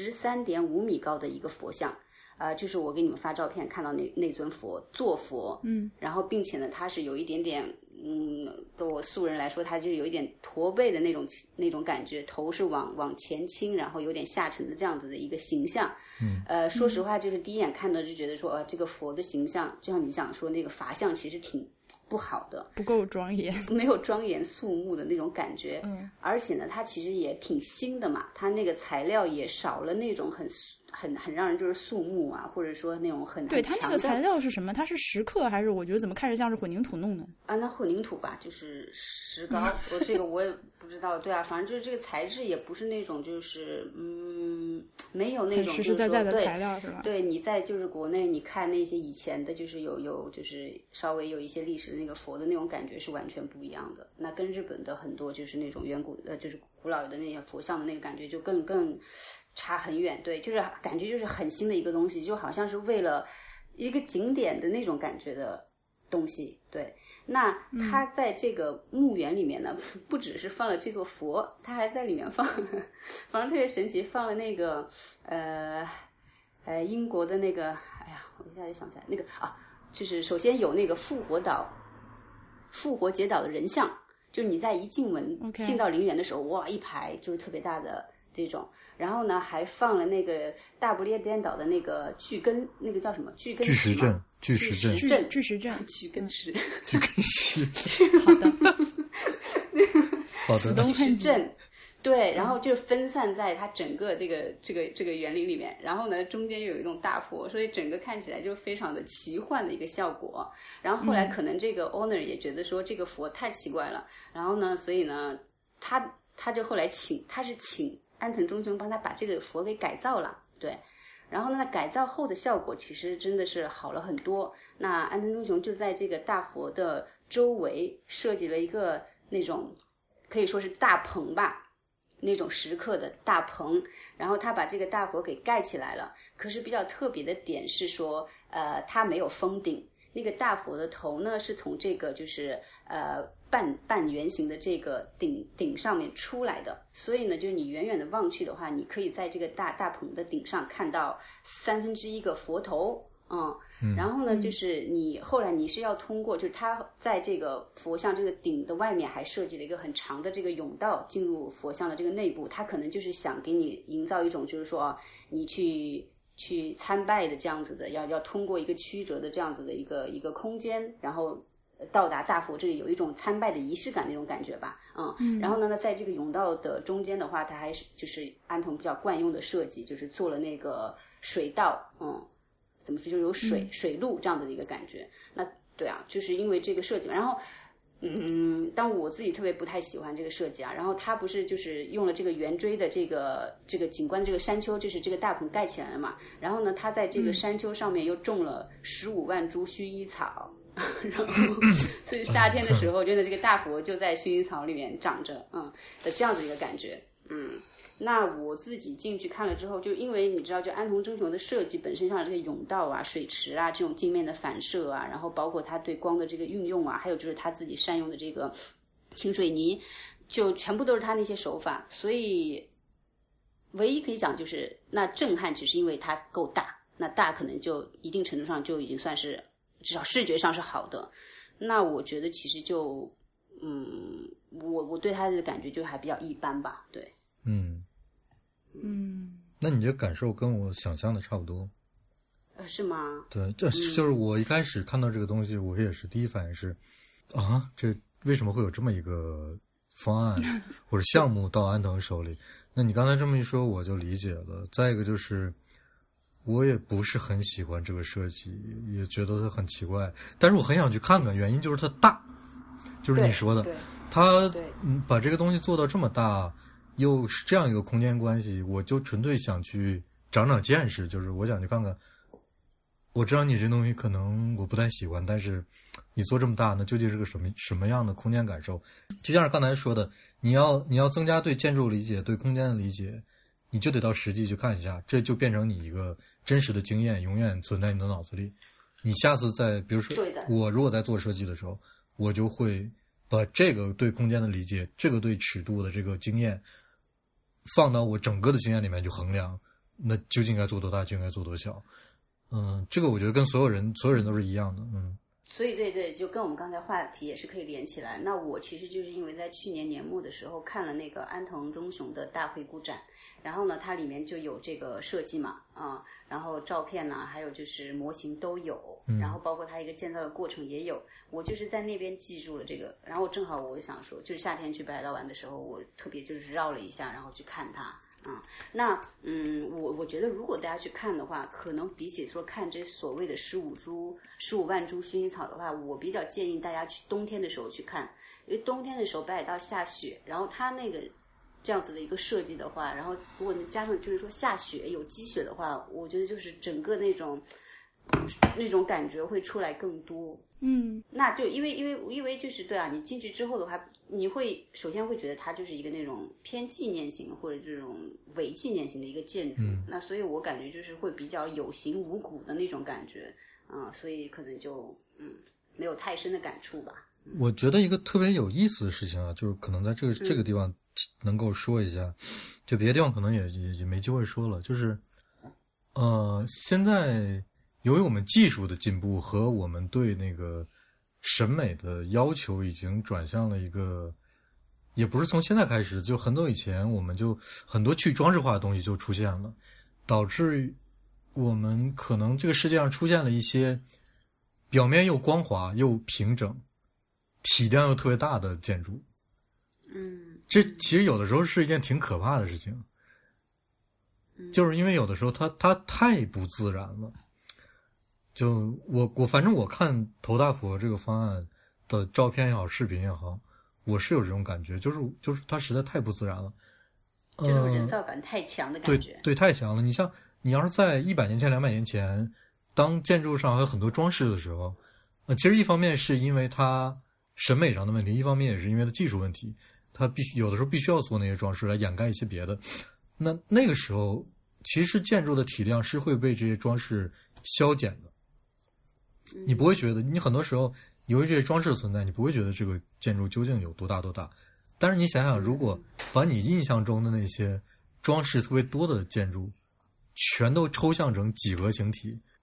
，13.5米高的一个佛像。就是我给你们发照片看到那尊佛坐佛，然后并且呢，它是有一点点，对我素人来说，它就有一点驼背的那种感觉，头是往前倾，然后有点下沉的这样子的一个形象。说实话，就是第一眼看到就觉得说，这个佛的形象，就像你讲说那个法相，其实挺不好的，
不够庄严，
没有庄严肃穆的那种感觉。而且呢，它其实也挺新的嘛，它那个材料也少了那种很让人就是肃穆啊，或者说那种很
对，它那个材料是什么？它是石刻还是我觉得怎么看着像是混凝土弄的
啊？那混凝土吧，就是石膏。这个我也不知道。对啊，反正就是这个材质也不是那种就是没有那种
实实在在的材料是吧？
对，你在就是国内你看那些以前的，就是有就是稍微有一些历史的那个佛的那种感觉是完全不一样的。那跟日本的很多就是那种远古就是古老的那些佛像的那个感觉就更差很远。对，就是感觉就是很新的一个东西，就好像是为了一个景点的那种感觉的东西。对，那他在这个墓园里面呢，不只是放了这座佛，他还在里面放了，反正特别神奇，放了那个英国的那个，哎呀，我一下就想起来那个就是首先有那个复活节岛的人像，就是你在一进门进到陵园的时候，哇，一排就是特别大的这种。然后呢，还放了那个大不列颠岛的那个巨根，那个叫什么？巨根石。巨石石。
好的。
好的。
巨石阵。对，然后就分散在它整个这个园林里面，然后呢中间又有一栋大佛，所以整个看起来就非常的奇幻的一个效果。然后后来可能这个 owner 也觉得说这个佛太奇怪了，然后呢，所以呢他就后来请安藤忠雄帮他把这个佛给改造了。对，然后呢改造后的效果其实真的是好了很多。那安藤忠雄就在这个大佛的周围设计了一个那种可以说是大棚吧，那种石刻的大棚，然后他把这个大佛给盖起来了。可是比较特别的点是说他没有封顶，那个大佛的头呢是从这个就是半圆形的这个顶上面出来的，所以呢就是你远远的望去的话，你可以在这个大棚的顶上看到1/3个佛头。 然后呢，就是你后来你是要通过，就是它在这个佛像这个顶的外面还设计了一个很长的这个甬道进入佛像的这个内部，它可能就是想给你营造一种就是说你去参拜的这样子的，要通过一个曲折的这样子的一个空间，然后到达大佛这里，有一种参拜的仪式感那种感觉吧，然后呢，在这个甬道的中间的话，它还是就是安藤比较惯用的设计，就是做了那个水道，怎么说，就有水路这样的一个感觉。那对啊，就是因为这个设计，然后但我自己特别不太喜欢这个设计啊。然后它不是就是用了这个圆锥的这个景观这个山丘，就是这个大棚盖起来了嘛。然后呢，它在这个山丘上面又种了15万株薰衣草。然后所以夏天的时候，真的这个大佛就在薰衣草里面长着，的这样子一个感觉，那我自己进去看了之后，就因为你知道，就安藤忠雄的设计本身上这个甬道啊、水池啊这种镜面的反射啊，然后包括他对光的这个运用啊，还有就是他自己善用的这个清水泥，就全部都是他那些手法。所以唯一可以讲就是那震撼，只是因为它够大，那大可能就一定程度上就已经算是至少视觉上是好的。那我觉得其实就我对他的感觉就还比较一般吧，对。
那你这感受跟我想象的差不多。
是吗？
对，这就是我一开始看到这个东西，我也是第一反应是这为什么会有这么一个方案或者项目到安藤手里？那你刚才这么一说，我就理解了。再一个就是我也不是很喜欢这个设计，也觉得它很奇怪，但是我很想去看看，原因就是它大，就是你说的，它把这个东西做到这么大，又是这样一个空间关系，我就纯粹想去长长见识，就是我想去看看。我知道你这东西可能我不太喜欢，但是你做这么大呢，究竟是个什么样的空间感受？就像是刚才说的，你要增加对建筑理解、对空间的理解，你就得到实际去看一下，这就变成你一个真实的经验，永远存在你的脑子里。你下次在比如说我如果在做设计的时候，我就会把这个对空间的理解，这个对尺度的这个经验放到我整个的经验里面去衡量，那究竟应该做多大，就应该做多小。这个我觉得跟所有人都是一样的。
所以对，就跟我们刚才话题也是可以连起来。那我其实就是因为在去年年末的时候看了那个安藤忠雄的大回顾展，然后呢它里面就有这个设计嘛，然后照片呢还有就是模型都有，然后包括它一个建造的过程也有，我就是在那边记住了这个。然后正好我想说，就是夏天去北海道玩的时候，我特别就是绕了一下，然后去看它。我觉得如果大家去看的话，可能比起说看这所谓的15万株薰衣草的话，我比较建议大家去冬天的时候去看，因为冬天的时候北海道下雪，然后它那个这样子的一个设计的话，然后如果加上就是说下雪有积雪的话，我觉得就是整个那种感觉会出来更多。那就因为就是对啊，你进去之后的话，你会首先会觉得它就是一个那种偏纪念型或者这种伪纪念型的一个建筑，那所以我感觉就是会比较有形无骨的那种感觉，所以可能就没有太深的感触吧。
我觉得一个特别有意思的事情啊，就是可能在这个地方能够说一下，就别的地方可能也没机会说了，就是现在由于我们技术的进步和我们对那个审美的要求已经转向了一个，也不是从现在开始，就很早以前我们就很多去装饰化的东西就出现了，导致我们可能这个世界上出现了一些表面又光滑又平整，体量又特别大的建筑。这其实有的时候是一件挺可怕的事情，就是因为有的时候它太不自然了。就反正我看头大佛这个方案的照片也好，视频也好，我是有这种感觉，就是它实在太不自然了，
这种人造感太强的感觉。
对，太强了。你像你要是在100年前、200年前，当建筑上还有很多装饰的时候，其实一方面是因为它审美上的问题，一方面也是因为它技术问题，它有的时候必须要做那些装饰来掩盖一些别的。那个时候，其实建筑的体量是会被这些装饰消减的。你不会觉得，你很多时候由于这些装饰的存在，你不会觉得这个建筑究竟有多大多大。但是你想想，如果把你印象中的那些装饰特别多的建筑全都抽象成几何形体，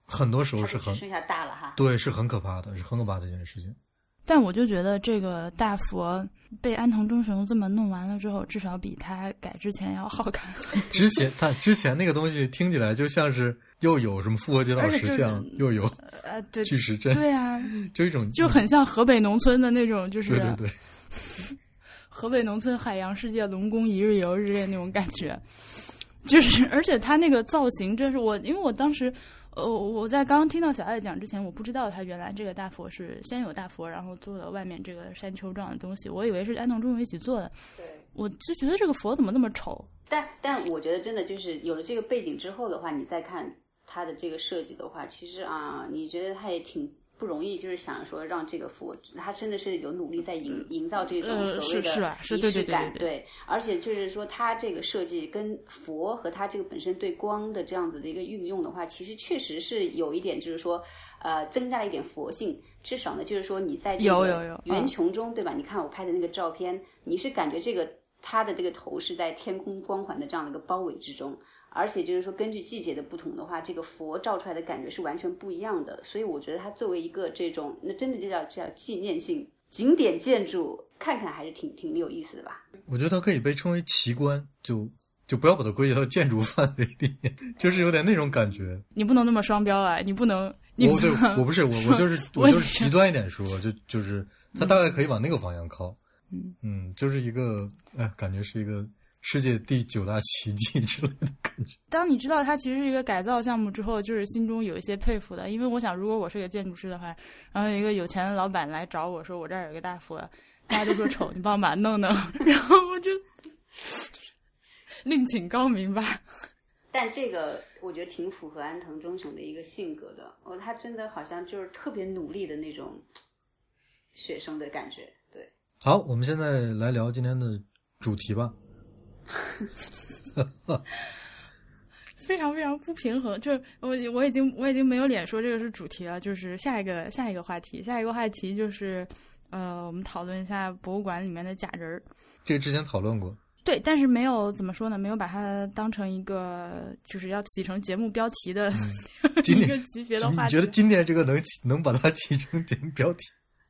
很多时候是
只剩下大了哈。
对，是很可怕的，是很可怕的一件事情。
但我就觉得这个大佛被安藤忠雄这么弄完了之后，至少比他改之前要好看。
之前那个东西听起来就像是又有什么复活节岛石像，又有
对
巨石阵，
对啊，
就一种
就很像河北农村的那种，就是
对
河北农村海洋世界龙宫一日游之类那种感觉。就是而且他那个造型真是因为我当时我在刚刚听到小爱讲之前，我不知道他原来这个大佛是先有大佛，然后做了外面这个山丘状的东西，我以为是安藤忠雄一起做的。
对，
我就觉得这个佛怎么那么丑。
但我觉得真的就是有了这个背景之后的话，你再看他的这个设计的话，其实你觉得他也挺不容易，就是想说让这个佛，他真的是有努力在营造这种所谓的仪式感，对，而且就是说他这个设计跟佛和他这个本身对光的这样子的一个运用的话，其实确实是有一点，就是说增加了一点佛性，至少呢就是说你在这个圆穹中，对吧？你看我拍的那个照片，你是感觉这个他的这个头是在天空光环的这样的一个包围之中。而且就是说根据季节的不同的话，这个佛照出来的感觉是完全不一样的，所以我觉得它作为一个这种，那真的就叫纪念性景点建筑，看看还是挺有意思的吧。
我觉得它可以被称为奇观，就不要把它归结到建筑范围里面，就是有点那种感觉。
你不能那么双标啊，你不能
我不是我就是极端一点说，就是它大概可以往那个方向靠。就是一个感觉是一个世界第9大奇迹之类的感觉。
当你知道它其实是一个改造项目之后，就是心中有一些佩服的。因为我想，如果我是个建筑师的话，然后有一个有钱的老板来找我说，我这儿有个大佛，大家都说丑，你帮我把它弄弄，然后我就另请高明吧。
但这个我觉得挺符合安藤忠雄的一个性格的，他真的好像就是特别努力的那种学生的感觉。对，
好，我们现在来聊今天的主题吧。
非常非常不平衡，就是我已经没有脸说这个是主题了，就是下一个话题就是我们讨论一下博物馆里面的假人儿。
这个之前讨论过，
对，但是没有怎么说呢，没有把它当成一个就是要起成节目标题的一个级别的话题。
你觉得今天这个能把它起成节目标题？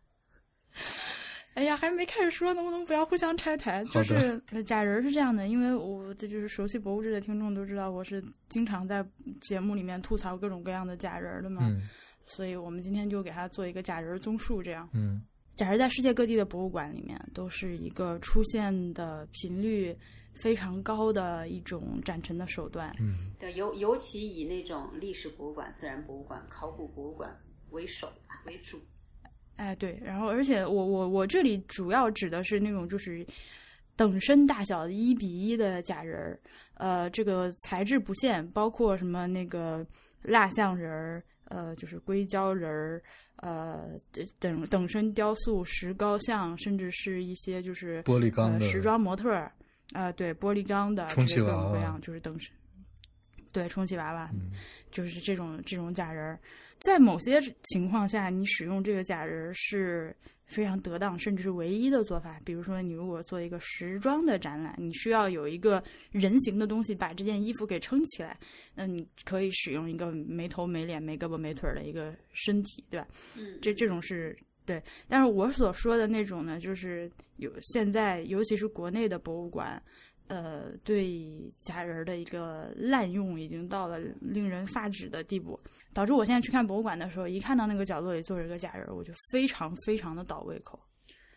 哎呀，还没开始说，能不能不要互相拆台？就是假人是这样的，因为我这就是熟悉博物志的听众都知道，我是经常在节目里面吐槽各种各样的假人的嘛，所以我们今天就给他做一个假人综述，这样。假人在世界各地的博物馆里面都是一个出现的频率非常高的一种展陈的手段。
对，尤其以那种历史博物馆、自然博物馆、考古博物馆为主。
哎，对，然后而且我这里主要指的是那种就是等身大小的1比1的假人儿，这个材质不限，包括什么那个蜡像人儿，就是硅胶人儿，等身雕塑、石膏像，甚至是一些就是
玻璃钢的
时装模特儿，对，玻璃钢的
充气娃娃，
各种各样就是等身，对，充气娃娃，就是这种假人儿。在某些情况下，你使用这个假人是非常得当，甚至是唯一的做法。比如说，你如果做一个时装的展览，你需要有一个人形的东西把这件衣服给撑起来，那你可以使用一个没头没脸、没胳膊没腿的一个身体，对吧？这种是对。但是我所说的那种呢，就是现在尤其是国内的博物馆。对假人的一个滥用已经到了令人发指的地步，导致我现在去看博物馆的时候，一看到那个角落里坐着一个假人，我就非常非常的倒胃口。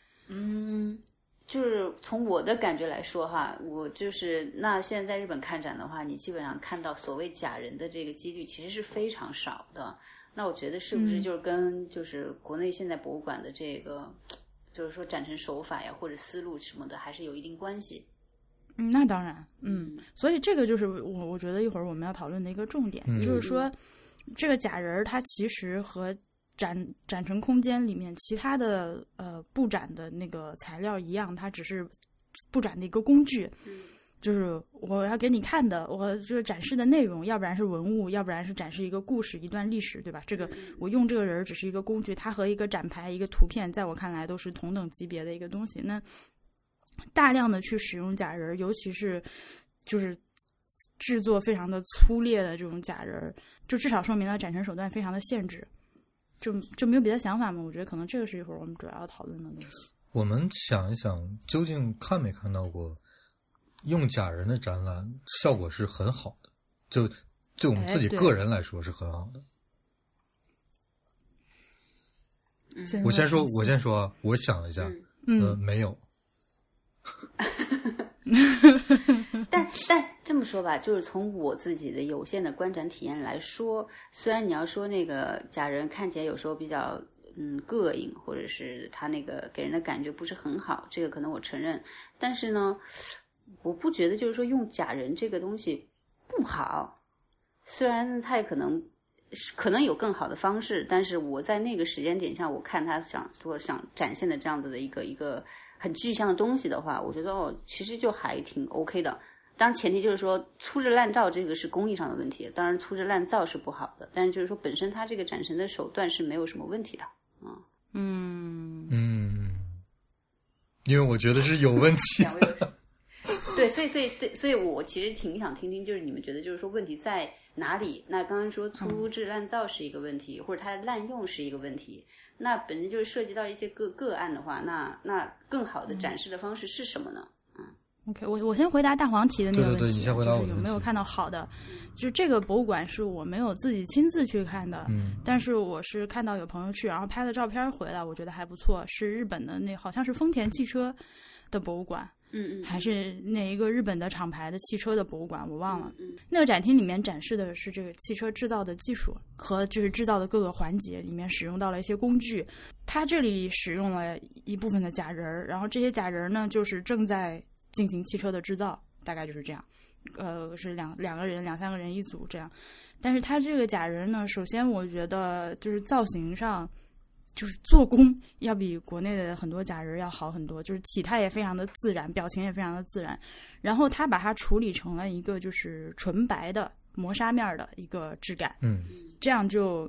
就是从我的感觉来说哈，我就是那现在在日本看展的话，你基本上看到所谓假人的这个几率其实是非常少的。那我觉得是不是就是跟就是国内现在博物馆的这个就是说展陈手法呀或者思路什么的还是有一定关系？
那当然，所以这个就是我觉得一会儿我们要讨论的一个重点，就是说这个假人它其实和展陈空间里面其他的布展的那个材料一样，它只是布展的一个工具。就是我要给你看的，我就是展示的内容，要不然是文物，要不然是展示一个故事、一段历史，对吧？这个我用这个人只是一个工具，它和一个展牌、一个图片，在我看来都是同等级别的一个东西。那大量的去使用假人，尤其是就是制作非常的粗劣的这种假人，就至少说明了展陈手段非常的限制，就没有别的想法吗？我觉得可能这个是一会儿我们主要要讨论的东西。
我们想一想，究竟看没看到过用假人的展览效果是很好的，就对我们自己个人来说是很好的。我先说啊，我想了一下，没有。
但这么说吧，就是从我自己的有限的观展体验来说，虽然你要说那个假人看起来有时候比较膈应，或者是他那个给人的感觉不是很好，这个可能我承认，但是呢，我不觉得就是说用假人这个东西不好，虽然他也可能有更好的方式，但是我在那个时间点上，我看他想展现的这样子的一个很具象的东西的话，我觉得其实就还挺 OK 的。当然前提就是说粗制滥造这个是工艺上的问题，当然粗制滥造是不好的，但是就是说本身它这个展陈的手段是没有什么问题的。
因为我觉得是有问题的。
对，所以我其实挺想听听，就是你们觉得就是说问题在哪里？那刚刚说粗制滥造是一个问题，或者它的滥用是一个问题，那本身就是涉及到一些个案的话，那更好的展示的方式是什么呢
？OK， 我先回答大黄提的那个问题，
对，你先回答我的问题，
就是有没有看到好的？就是这个博物馆是我没有自己亲自去看的，但是我是看到有朋友去，然后拍了照片回来，我觉得还不错，是日本的好像是丰田汽车的博物馆。还是那一个日本的厂牌的汽车的博物馆，我忘了。那个展厅里面展示的是这个汽车制造的技术和就是制造的各个环节，里面使用到了一些工具。它这里使用了一部分的假人，然后这些假人呢，就是正在进行汽车的制造，大概就是这样。是两个人、2-3个人一组这样。但是它这个假人呢，首先我觉得就是造型上。就是做工要比国内的很多假人要好很多，就是体态也非常的自然，表情也非常的自然。然后他把它处理成了一个就是纯白的磨砂面的一个质感，这样就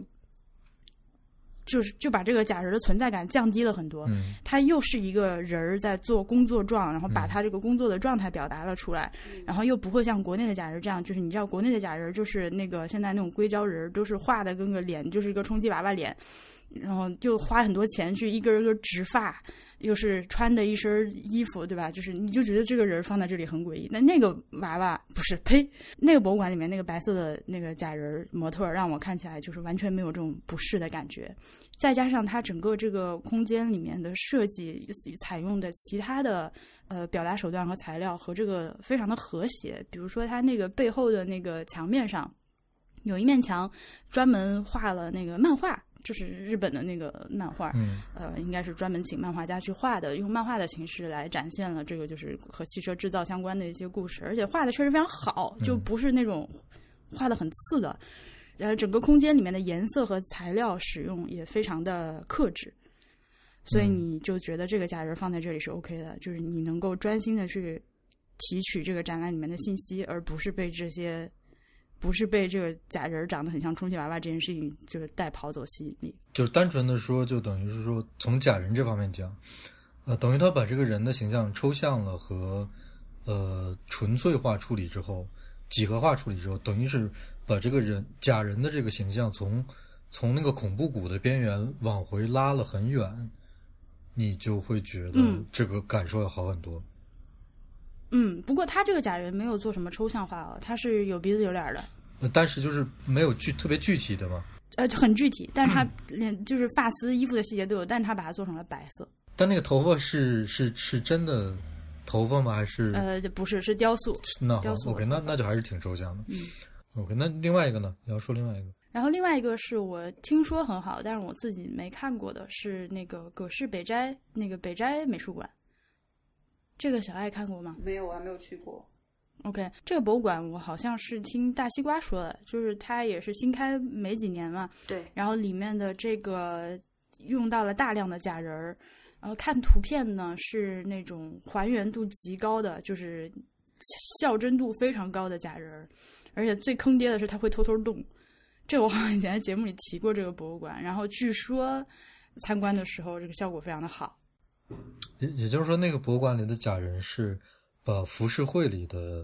把这个假人的存在感降低了很多。他又是一个人在做工作状，然后把他这个工作的状态表达了出来，然后又不会像国内的假人这样，就是你知道国内的假人就是那个现在那种硅胶人都是画的跟个脸就是一个充气娃娃脸。然后就花很多钱去一根一根植发，又是穿的一身衣服，对吧？就是你就觉得这个人放在这里很诡异。那个娃娃不是，呸！那个博物馆里面那个白色的那个假人模特，让我看起来就是完全没有这种不适的感觉。再加上它整个这个空间里面的设计采用的其他的表达手段和材料和这个非常的和谐。比如说它那个背后的那个墙面上有一面墙专门画了那个漫画。就是日本的那个漫画，应该是专门请漫画家去画的，用漫画的形式来展现了这个就是和汽车制造相关的一些故事，而且画的确实非常好，就不是那种画的很次的。整个空间里面的颜色和材料使用也非常的克制，所以你就觉得这个假人放在这里是 OK 的，就是你能够专心的去提取这个展览里面的信息，而不是被这个假人长得很像充气娃娃这件事情就是带跑走吸引力。
就单纯的说，就等于是说从假人这方面讲，等于他把这个人的形象抽象了和纯粹化处理之后，几何化处理之后，等于是把这个假人的这个形象从那个恐怖谷的边缘往回拉了很远，你就会觉得这个感受要好很多。
不过他这个假人没有做什么抽象化他是有鼻子有脸的。
但是就是没有特别具体的嘛。
很具体，但是他连就是发丝、衣服的细节都有，但他把它做成了白色。
但那个头发是真的头发吗？还是
不是，是雕塑。
那好
雕塑
，OK， 那就还是挺抽象的。OK， 那另外一个呢？你要说另外一个。
然后另外一个是我听说很好，但是我自己没看过的是那个葛饰北斋那个北斋美术馆。这个小爱看过吗？
没有，我还没有去过。
OK， 这个博物馆我好像是听大西瓜说的，就是它也是新开没几年嘛。
对。
然后里面的这个用到了大量的假人，然后看图片呢是那种还原度极高的，就是校真度非常高的假人，而且最坑爹的是它会偷偷动。这个我好像以前在节目里提过这个博物馆，然后据说参观的时候这个效果非常的好。
也就是说，那个博物馆里的假人是把浮世绘里的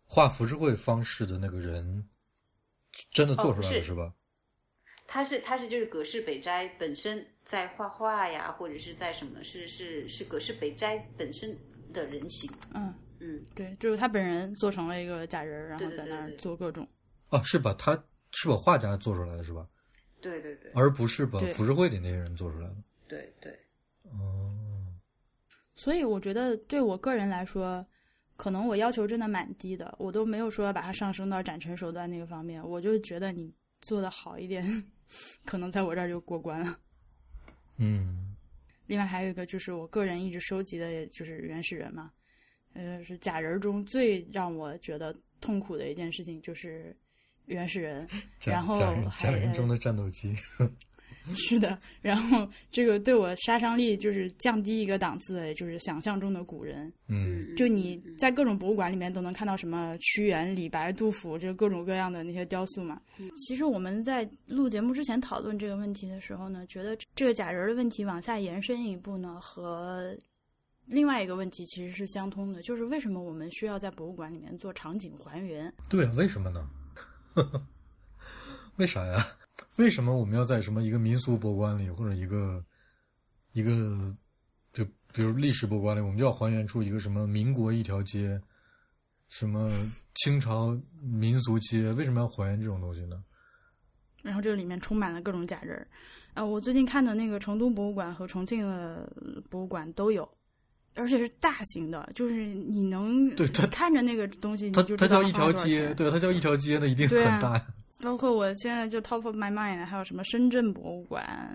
画浮世绘方式的那个人真的做出来的是吧？
他是就是葛饰北斋本身在画画呀，或者是在什么，是葛饰北斋本身的人形。
对，就是他本人做成了一个假人，然后在那儿做各种。
是吧？他是把画家做出来的是吧？
对对对，
而不是把浮世绘里那些人做出来的。
对对。
所以我觉得对我个人来说，可能我要求真的蛮低的，我都没有说要把它上升到展陈手段那个方面，我就觉得你做的好一点，可能在我这儿就过关了。另外还有一个就是我个人一直收集的，就是原始人嘛，是假人中最让我觉得痛苦的一件事情就是原始人，然后
假人中的战斗机。
是的，然后这个对我杀伤力就是降低一个档次的，就是想象中的古人。就你在各种博物馆里面都能看到什么屈原、李白、杜甫，这各种各样的那些雕塑嘛。其实我们在录节目之前讨论这个问题的时候呢，觉得这个假人的问题往下延伸一步呢，和另外一个问题其实是相通的，就是为什么我们需要在博物馆里面做场景还原？
对啊，为什么呢？为啥呀？为什么我们要在什么一个民俗博物馆里，或者一个就比如历史博物馆里，我们就要还原出一个什么民国一条街，什么清朝民俗街？为什么要还原这种东西呢？
然后这个里面充满了各种假人。我最近看的那个成都博物馆和重庆的博物馆都有，而且是大型的，就是你能看着那个东西，你就知道
它叫一条街，对，它叫一条街，那一定很大。
包括我现在就 top of my mind， 还有什么深圳博物馆，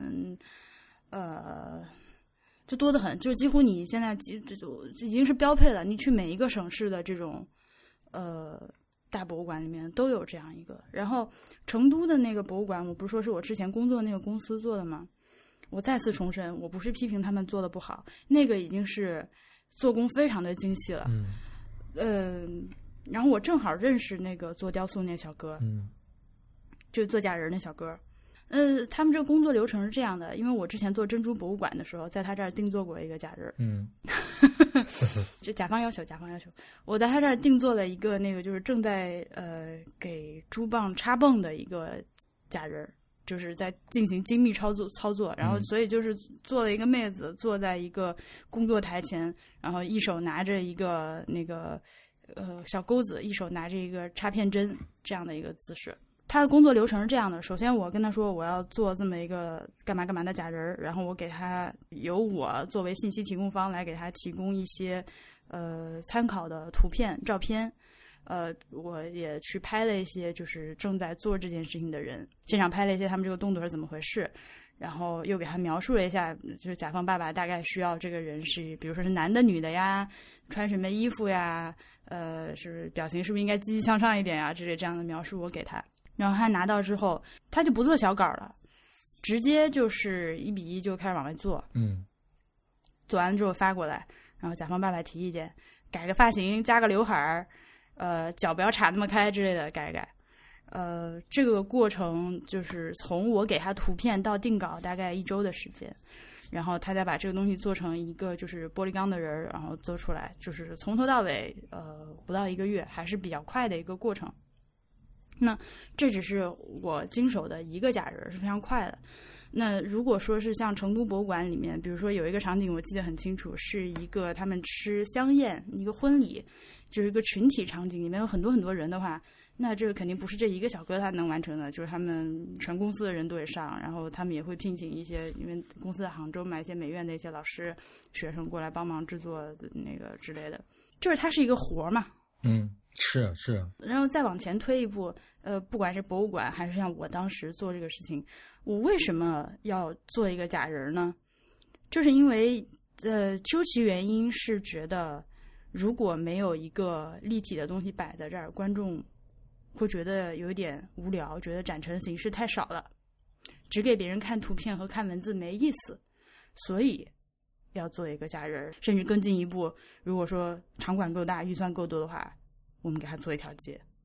就多得很，就几乎你现在就已经是标配了。你去每一个省市的这种大博物馆里面都有这样一个。然后成都的那个博物馆，我不是说是我之前工作那个公司做的吗？我再次重申，我不是批评他们做的不好，那个已经是做工非常的精细了。然后我正好认识那个做雕塑那小哥。就做假人的小哥，他们这个工作流程是这样的，因为我之前做珍珠博物馆的时候，在他这儿定做过一个假人，这甲方要求，我在他这儿定做了一个那个就是正在给珠蚌插泵的一个假人，就是在进行精密操作，然后所以就是做了一个妹子坐在一个工作台前，然后一手拿着一个那个小钩子，一手拿着一个插片针这样的一个姿势。他的工作流程是这样的，首先我跟他说我要做这么一个干嘛干嘛的假人，然后我给他由我作为信息提供方来给他提供一些参考的图片照片，我也去拍了一些就是正在做这件事情的人，现场拍了一些他们这个动作是怎么回事，然后又给他描述了一下，就是甲方爸爸大概需要这个人是比如说是男的女的呀，穿什么衣服呀，是表情是不是应该积极向上一点呀之类这样的描述我给他。然后他拿到之后，他就不做小稿了，直接就是1比1就开始往外做。做完了之后发过来，然后甲方爸爸提意见，改个发型，加个刘海儿，脚不要岔那么开之类的，改一改。这个过程就是从我给他图片到定稿大概1周的时间，然后他再把这个东西做成一个就是玻璃钢的人，然后做出来，就是从头到尾不到1个月，还是比较快的一个过程。那这只是我经手的一个假人，是非常快的。那如果说是像成都博物馆里面，比如说有一个场景我记得很清楚，是一个他们吃香宴，一个婚礼，就是一个群体场景，里面有很多很多人的话，那这个肯定不是这一个小哥他能完成的，就是他们全公司的人都得上，然后他们也会聘请一些，因为公司在杭州嘛，一些美院的一些老师学生过来帮忙制作的那个之类的，就是它是一个活嘛。
是啊。
然后再往前推一步，不管是博物馆还是像我当时做这个事情，我为什么要做一个假人呢？就是因为究其原因是觉得如果没有一个立体的东西摆在这儿，观众会觉得有一点无聊，觉得展陈形式太少了，只给别人看图片和看文字没意思，所以要做一个假人。甚至更进一步，如果说场馆够大，预算够多的话，我们给他做一条街，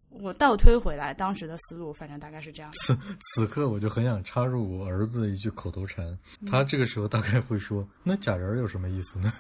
我倒推回来当时的思路，反正大概是这样。
此刻我就很想插入我儿子的一句口头禅，他这个时候大概会说：“那假人有什么意思呢？”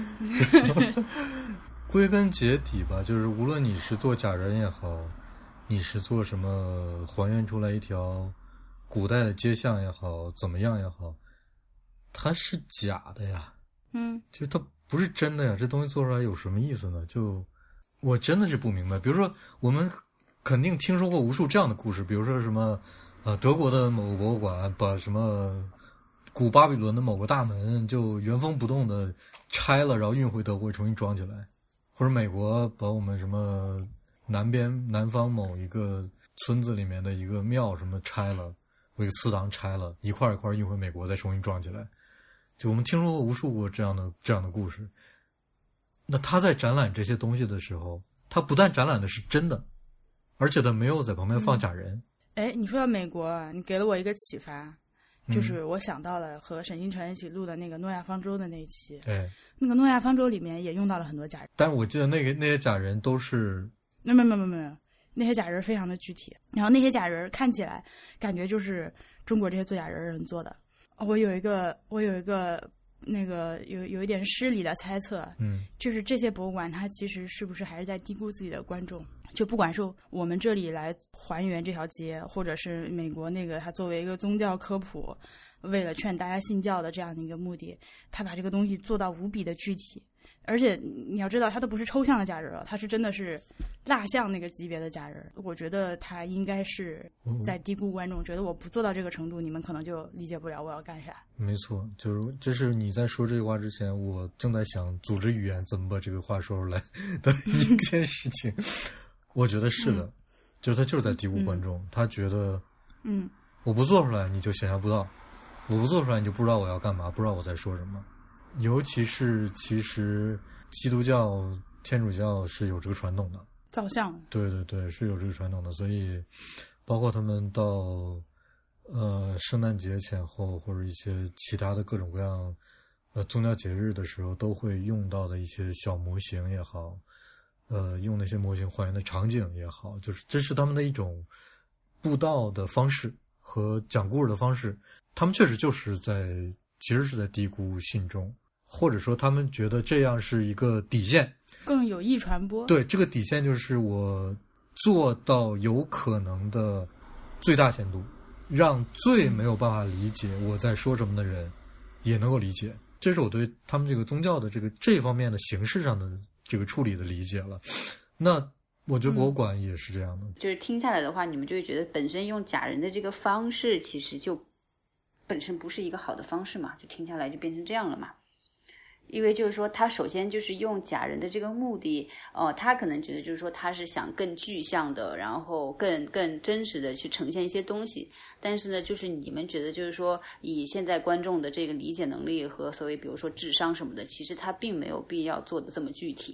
归根结底吧，就是无论你是做假人也好，你是做什么还原出来一条古代的街巷也好，怎么样也好，它是假的呀。就它不是真的呀，这东西做出来有什么意思呢？就我真的是不明白。比如说我们肯定听说过无数这样的故事，比如说什么德国的某个博物馆把什么古巴比伦的某个大门就原封不动的拆了，然后运回德国重新装起来，或者美国把我们什么南方某一个村子里面的一个庙什么拆了，或一个祠堂拆了，一块一块运回美国再重新装起来。就我们听说过无数这样的故事。那他在展览这些东西的时候，他不但展览的是真的，而且他没有在旁边放假人。
你说到美国，你给了我一个启发，就是我想到了和沈星辰一起录的那个诺亚方舟的那一期。那个诺亚方舟里面也用到了很多假人，
但是我记得那些假人都是
没有，那些假人非常的具体，然后那些假人看起来感觉就是中国这些做假人做的。我有一个那个有一点失礼的猜测，就是这些博物馆它其实是不是还是在低估自己的观众？就不管是我们这里来还原这条街，或者是美国那个它作为一个宗教科普，为了劝大家信教的这样的一个目的，他把这个东西做到无比的具体。而且你要知道，它都不是抽象的假人了，它是真的是蜡像那个级别的假人。我觉得他应该是在低估观众，觉得我不做到这个程度，你们可能就理解不了我要干啥。没
错，就是你在说这个话之前，我正在想组织语言怎么把这个话说出来的一件事情。我觉得是的，就是他就是在低估观众，他觉得我不做出来你就想象不到，我不做出来你就不知道我要干嘛，不知道我在说什么。尤其是其实基督教天主教是有这个传统的
造像，
对对对，是有这个传统的。所以包括他们到圣诞节前后或者一些其他的各种各样宗教节日的时候都会用到的一些小模型也好，用那些模型还原的场景也好，就是这是他们的一种布道的方式和讲故事的方式。他们确实就是其实是在低估信众，或者说他们觉得这样是一个底线，
更有益传播。
对，这个底线就是我做到有可能的最大限度，让最没有办法理解我在说什么的人也能够理解。这是我对他们这个宗教的这方面的形式上的这个处理的理解了。那我觉得博物馆也是这样的，
就是听下来的话，你们就会觉得本身用假人的这个方式其实就本身不是一个好的方式嘛，就听下来就变成这样了嘛。因为就是说他首先就是用假人的这个目的他可能觉得就是说他是想更具象的，然后更真实的去呈现一些东西。但是呢，就是你们觉得就是说以现在观众的这个理解能力和所谓比如说智商什么的，其实他并没有必要做的这么具体。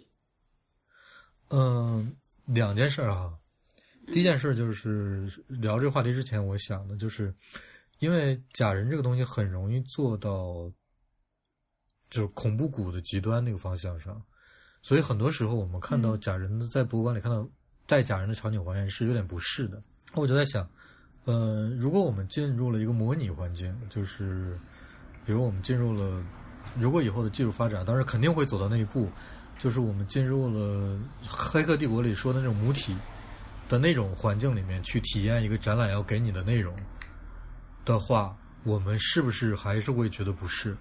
两件事啊。第一件事就是聊这个话题之前我想的就是因为假人这个东西很容易做到就是恐怖谷的极端那个方向上，所以很多时候我们看到假人的在博物馆里看到带假人的场景还原是有点不适的。我就在想如果我们进入了一个模拟环境，就是比如我们进入了，如果以后的技术发展当然肯定会走到那一步，就是我们进入了黑客帝国里说的那种母体的那种环境里面去体验一个展览要给你的内容的话，我们是不是还是会觉得不适？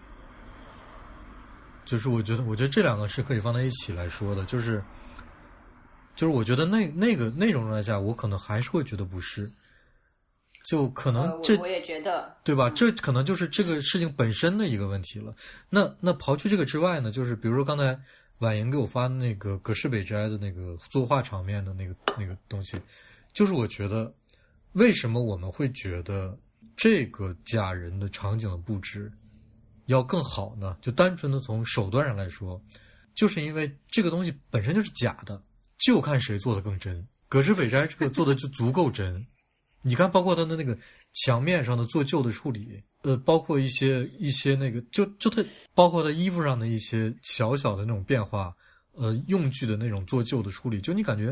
就是我觉得这两个是可以放在一起来说的，就是我觉得那个状态下我可能还是会觉得不适，就可能
我也觉得
对吧，这可能就是这个事情本身的一个问题了。那刨去这个之外呢，就是比如说刚才婉莹给我发的那个葛饰北斋的那个作画场面的那个东西，就是我觉得为什么我们会觉得这个假人的场景的布置要更好呢？就单纯的从手段上来说，就是因为这个东西本身就是假的，就看谁做的更真。葛饰北斋这个做的就足够真，你看包括他的那个墙面上的做旧的处理，包括一些那个就他包括他衣服上的一些小小的那种变化，用具的那种做旧的处理，就你感觉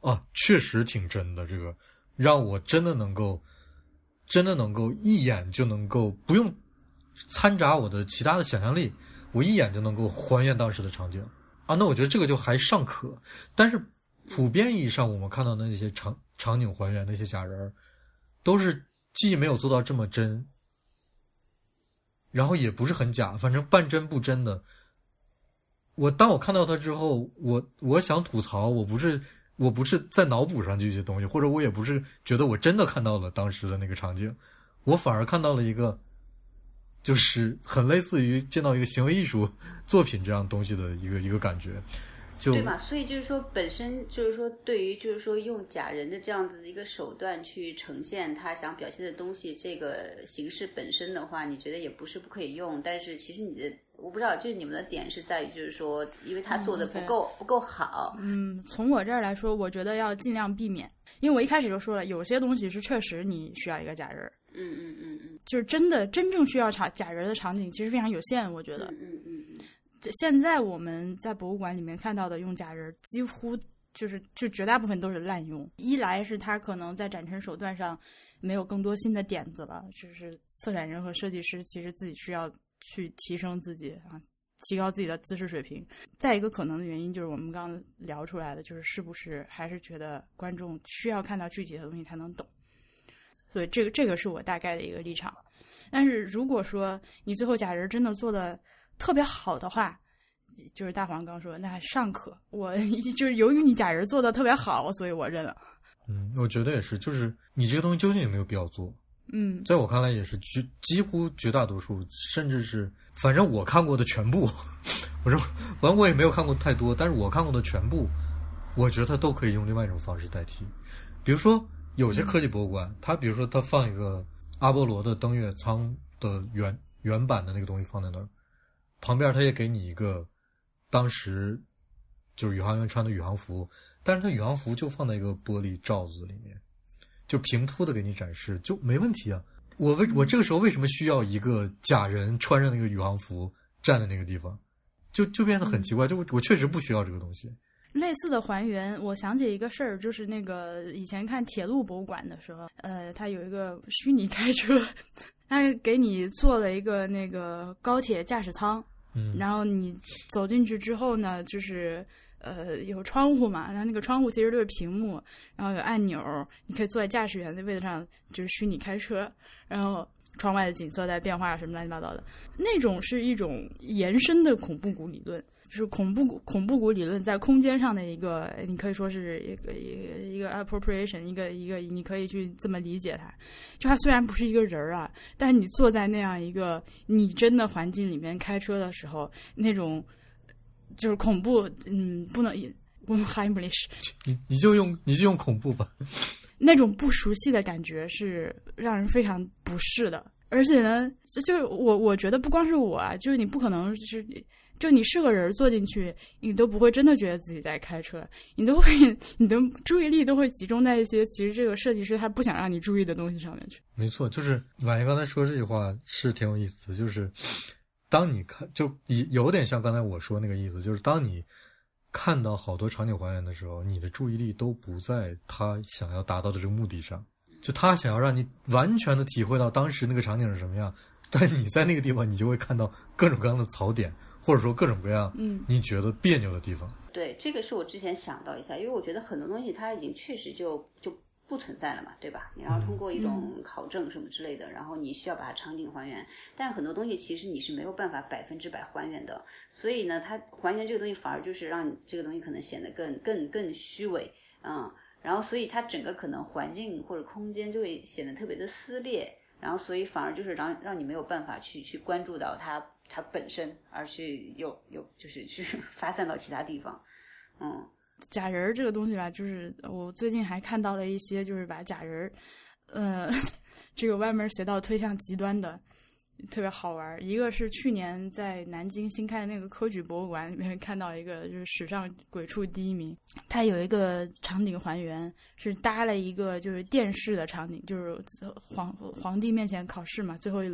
确实挺真的，这个让我真的能够一眼就能够不用掺杂我的其他的想象力，我一眼就能够还原当时的场景啊。那我觉得这个就还尚可，但是普遍意义上我们看到的那些场景还原那些假人，都是既没有做到这么真，然后也不是很假，反正半真不真的。当我看到它之后，我想吐槽，我不是在脑补上这些东西，或者我也不是觉得我真的看到了当时的那个场景，我反而看到了一个就是很类似于见到一个行为艺术作品这样东西的一个感觉。
对嘛？所以就是说，本身就是说，对于就是说用假人的这样子的一个手段去呈现他想表现的东西，这个形式本身的话，你觉得也不是不可以用，但是其实我不知道，就是你们的点是在于，就是说，因为他做的不够好。
从我这儿来说，我觉得要尽量避免，因为我一开始就说了，有些东西是确实你需要一个假人。就是真正需要假人的场景其实非常有限，我觉得。现在我们在博物馆里面看到的用假人，几乎就绝大部分都是滥用。一来是他可能在展陈手段上没有更多新的点子了，就是策展人和设计师其实自己需要去提升自己啊，提高自己的知识水平。再一个可能的原因就是我们刚刚聊出来的，就是是不是还是觉得观众需要看到具体的东西才能懂。所以这个是我大概的一个立场。但是如果说你最后假人真的做的特别好的话，就是大黄刚说那尚可，我就是由于你假人做的特别好，所以我认了。
我觉得也是，就是你这个东西究竟有没有必要做？在我看来也是几乎绝大多数，甚至是反正我看过的全部，我也没有看过太多，但是我看过的全部，我觉得它都可以用另外一种方式代替。比如说有些科技博物馆，它比如说它放一个阿波罗的登月舱的原版的那个东西放在那儿，旁边它也给你一个当时就是宇航员穿的宇航服，但是它宇航服就放在一个玻璃罩子里面，就平铺的给你展示，就没问题啊。我这个时候为什么需要一个假人穿着那个宇航服站在那个地方，就变得很奇怪，就我确实不需要这个东西。
类似的还原，我想起一个事儿，就是那个以前看铁路博物馆的时候，它有一个虚拟开车，它给你做了一个那个高铁驾驶舱，然后你走进去之后呢，就是有窗户嘛，然后那个窗户其实都是屏幕，然后有按钮，你可以坐在驾驶员的位置上，就是虚拟开车，然后窗外的景色在变化什么乱七八糟的，那种是一种延伸的恐怖谷理论。就是恐怖谷理论在空间上的一个，你可以说是一个 appropriation， 一个你可以去这么理解它。就它虽然不是一个人啊，但是你坐在那样一个拟真的环境里面开车的时候，那种就是恐怖，不能 Heimlich，
你就用恐怖吧。
那种不熟悉的感觉是让人非常不适的。而且呢，就是我觉得不光是我啊，就是你不可能就你是个人坐进去，你都不会真的觉得自己在开车，你的注意力都会集中在一些其实这个设计师他不想让你注意的东西上面去。
没错，就是婉莹刚才说这句话是挺有意思的，就是当你看，就有点像刚才我说那个意思，就是当你看到好多场景还原的时候，你的注意力都不在他想要达到的这个目的上，就他想要让你完全的体会到当时那个场景是什么样，但你在那个地方你就会看到各种各样的槽点，或者说各种各样你觉得别扭的地方。
对，这个是我之前想到一下，因为我觉得很多东西它已经确实就不存在了嘛，对吧？你要通过一种考证什么之类的，然后你需要把它场景还原，但是很多东西其实你是没有办法100%还原的，所以呢，它还原这个东西反而就是让你这个东西可能显得更虚伪，然后所以它整个可能环境或者空间就会显得特别的撕裂，然后所以反而就是让你没有办法去关注到它本身，而是就是去发散到其他地方。
假人这个东西吧，就是我最近还看到了一些就是把假人这个歪门邪道推向极端的，特别好玩。一个是去年在南京新开的那个科举博物馆里面看到一个就是史上鬼畜第一名，它有一个场景还原是搭了一个就是电视的场景，就是皇帝面前考试嘛，最后一轮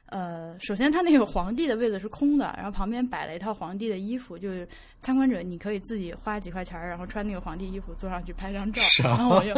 首先他那个皇帝的位子是空的，然后旁边摆了一套皇帝的衣服，就是参观者你可以自己花几块钱，然后穿那个皇帝衣服坐上去拍张照。然后我就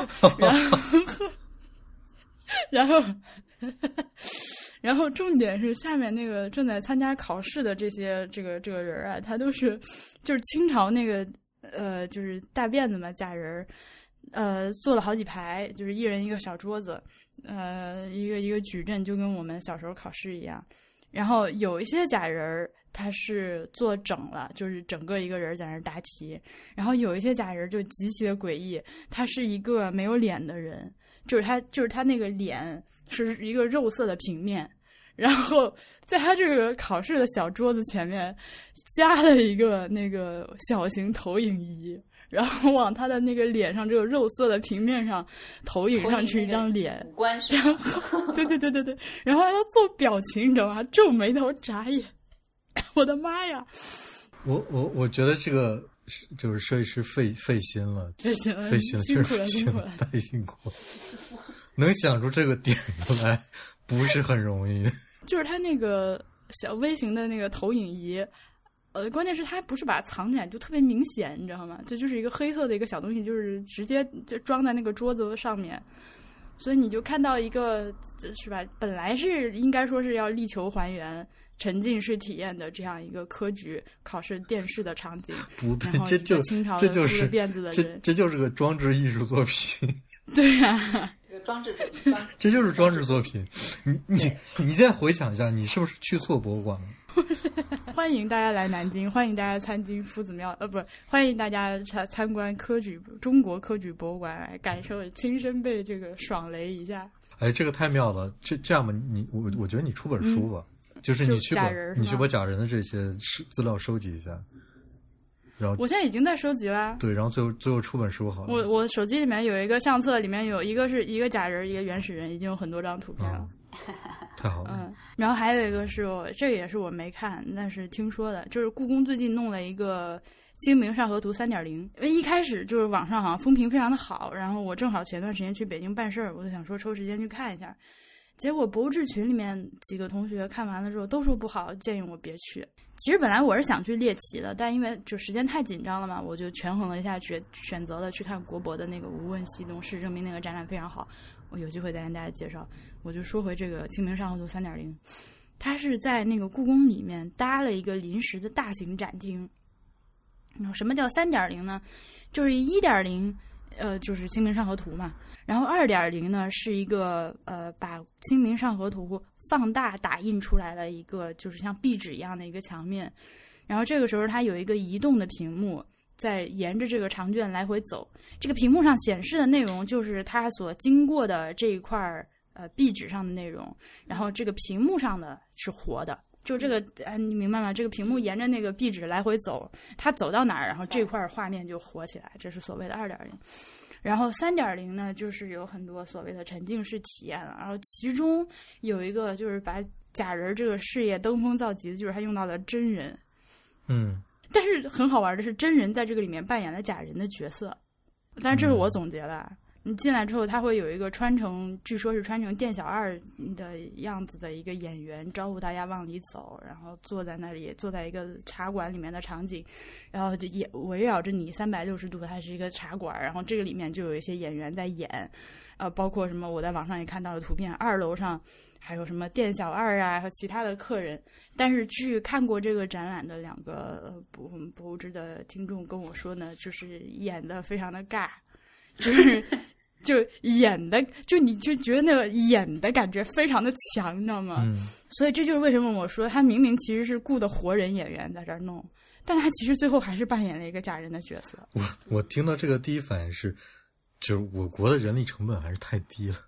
然后重点是下面那个正在参加考试的这个人啊，他都是就是清朝那个就是大辫子嘛假人，坐了好几排，就是一人一个小桌子，一个矩阵，就跟我们小时候考试一样。然后有一些假人他是坐整了，就是整个一个人在那答题，然后有一些假人就极其的诡异，他是一个没有脸的人，就是他那个脸是一个肉色的平面，然后在他这个考试的小桌子前面加了一个那个小型投影仪，然后往他的那个脸上这个肉色的平面上投影上去一张脸，
五官是
然后对，然后他做表情你知道吗？皱眉头眨眼，我的妈呀！
我觉得这个就是设计师费心了，费心了，
辛苦了，
太辛苦了，能想出这个点子来不是很容易。
就是他那个小微型的那个投影仪。关键是它不是把它藏起来，就特别明显，你知道吗？这就是一个黑色的一个小东西，就是直接就装在那个桌子上面，所以你就看到一个是吧？本来是应该说是要力求还原沉浸式体验的这样一个科举考试电视的场景，
不对，
这就是辫子的人，
这就是个装置艺术作品。
对呀，
这个装置
这就是装置作品。你现在回想一下，你是不是去错博物馆了？
欢迎大家来南京，欢迎大家参观夫子庙，欢迎大家参观中国科举博物馆，来感受亲身被这个爽雷一下。
哎，这个太妙了！这样吧，我觉得你出本书吧，就是你去把假人的这些资料收集一下。然后
我现在已经在收集啦。
对，然后最后出本书好了。
我手机里面有一个相册，里面有一个是一个假人，一个原始人，已经有很多张图片了。
太好了。
然后还有一个是这个也是我没看，但是听说的，就是故宫最近弄了一个清明上河图 3.0， 因为一开始就是网上好像风评非常的好，然后我正好前段时间去北京办事儿，我就想说抽时间去看一下，结果博物志群里面几个同学看完了之后都说不好，建议我别去。其实本来我是想去猎奇的，但因为就时间太紧张了嘛，我就权衡了一下，选择了去看国博的那个无问西东，事实证明那个展览非常好，我有机会再跟大家介绍。我就说回这个清明上河图 3.0， 它是在那个故宫里面搭了一个临时的大型展厅。什么叫 3.0 呢？就是 1.0就是清明上河图嘛，然后 2.0 呢是一个把清明上河图放大打印出来的一个就是像壁纸一样的一个墙面，然后这个时候它有一个移动的屏幕在沿着这个长卷来回走，这个屏幕上显示的内容就是它所经过的这一块壁纸上的内容，然后这个屏幕上的是活的，就这个你明白吗？这个屏幕沿着那个壁纸来回走，它走到哪儿，然后这块画面就活起来，这是所谓的 2.0。 然后 3.0 呢，就是有很多所谓的沉浸式体验了，然后其中有一个就是把假人这个事业登峰造极，就是他用到了真人。但是很好玩的是，真人在这个里面扮演了假人的角色，但是这是我总结的。你进来之后，他会有一个据说是穿成店小二的样子的一个演员招呼大家往里走，然后坐在那里，坐在一个茶馆里面的场景，然后就也围绕着你360度，它是一个茶馆，然后这个里面就有一些演员在演，包括什么我在网上也看到了图片，2楼上还有什么店小二啊和其他的客人。但是去看过这个展览的2个博物志的听众跟我说呢，就是演的非常的尬，就演的就你就觉得那个演的感觉非常的强，你知道吗？所以这就是为什么我说他明明其实是雇的活人演员在这儿弄，但他其实最后还是扮演了一个假人的角色。
我听到这个第一反应是，就是我国的人力成本还是太低了。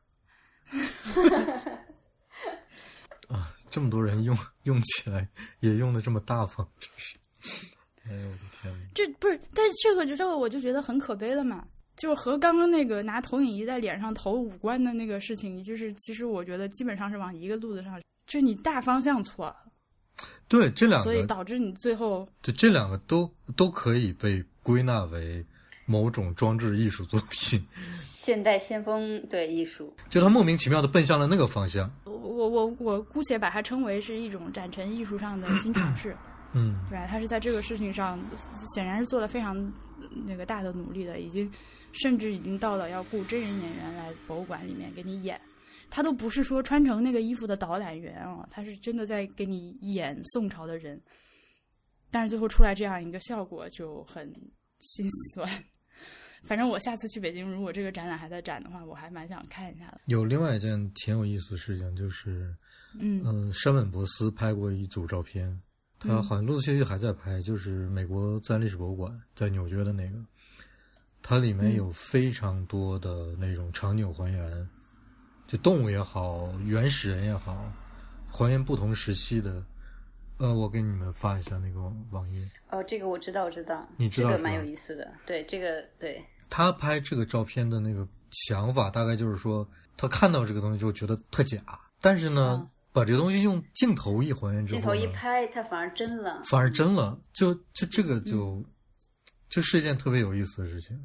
这么多人用起来也用的这么大方，真是。哎呦我的天！
这不是，但这个我就觉得很可悲了嘛。就是和刚刚那个拿投影仪在脸上投五官的那个事情，就是其实我觉得基本上是往一个路子上，就你大方向错了。
对，这两个，
所以导致你最后
对这两个都可以被归纳为某种装置艺术作品，
现代先锋对艺术，
就他莫名其妙的奔向了那个方向。
我姑且把它称为是一种展陈艺术上的新尝试。对吧？他是在这个事情上显然是做了非常那个大的努力的，甚至已经到了要雇真人演员来博物馆里面给你演。他都不是说穿成那个衣服的导览员哦，他是真的在给你演宋朝的人。但是最后出来这样一个效果就很心酸。反正我下次去北京，如果这个展览还在展的话，我还蛮想看一下的。
有另外一件挺有意思的事情，就是山本博斯拍过一组照片，他好像陆陆续续还在拍，就是美国自然历史博物馆在纽约的那个，它里面有非常多的那种场景还原，就动物也好，原始人也好，还原不同时期的。我给你们发一下那个网页。
这个我知道，
你知道
这个蛮有意思的。对，这个对。
他拍这个照片的那个想法，大概就是说，他看到这个东西就觉得特假，但是呢，把这个东西用镜头一还原之后，
镜头一拍，它反而真了。
就这个就是一件特别有意思的事情。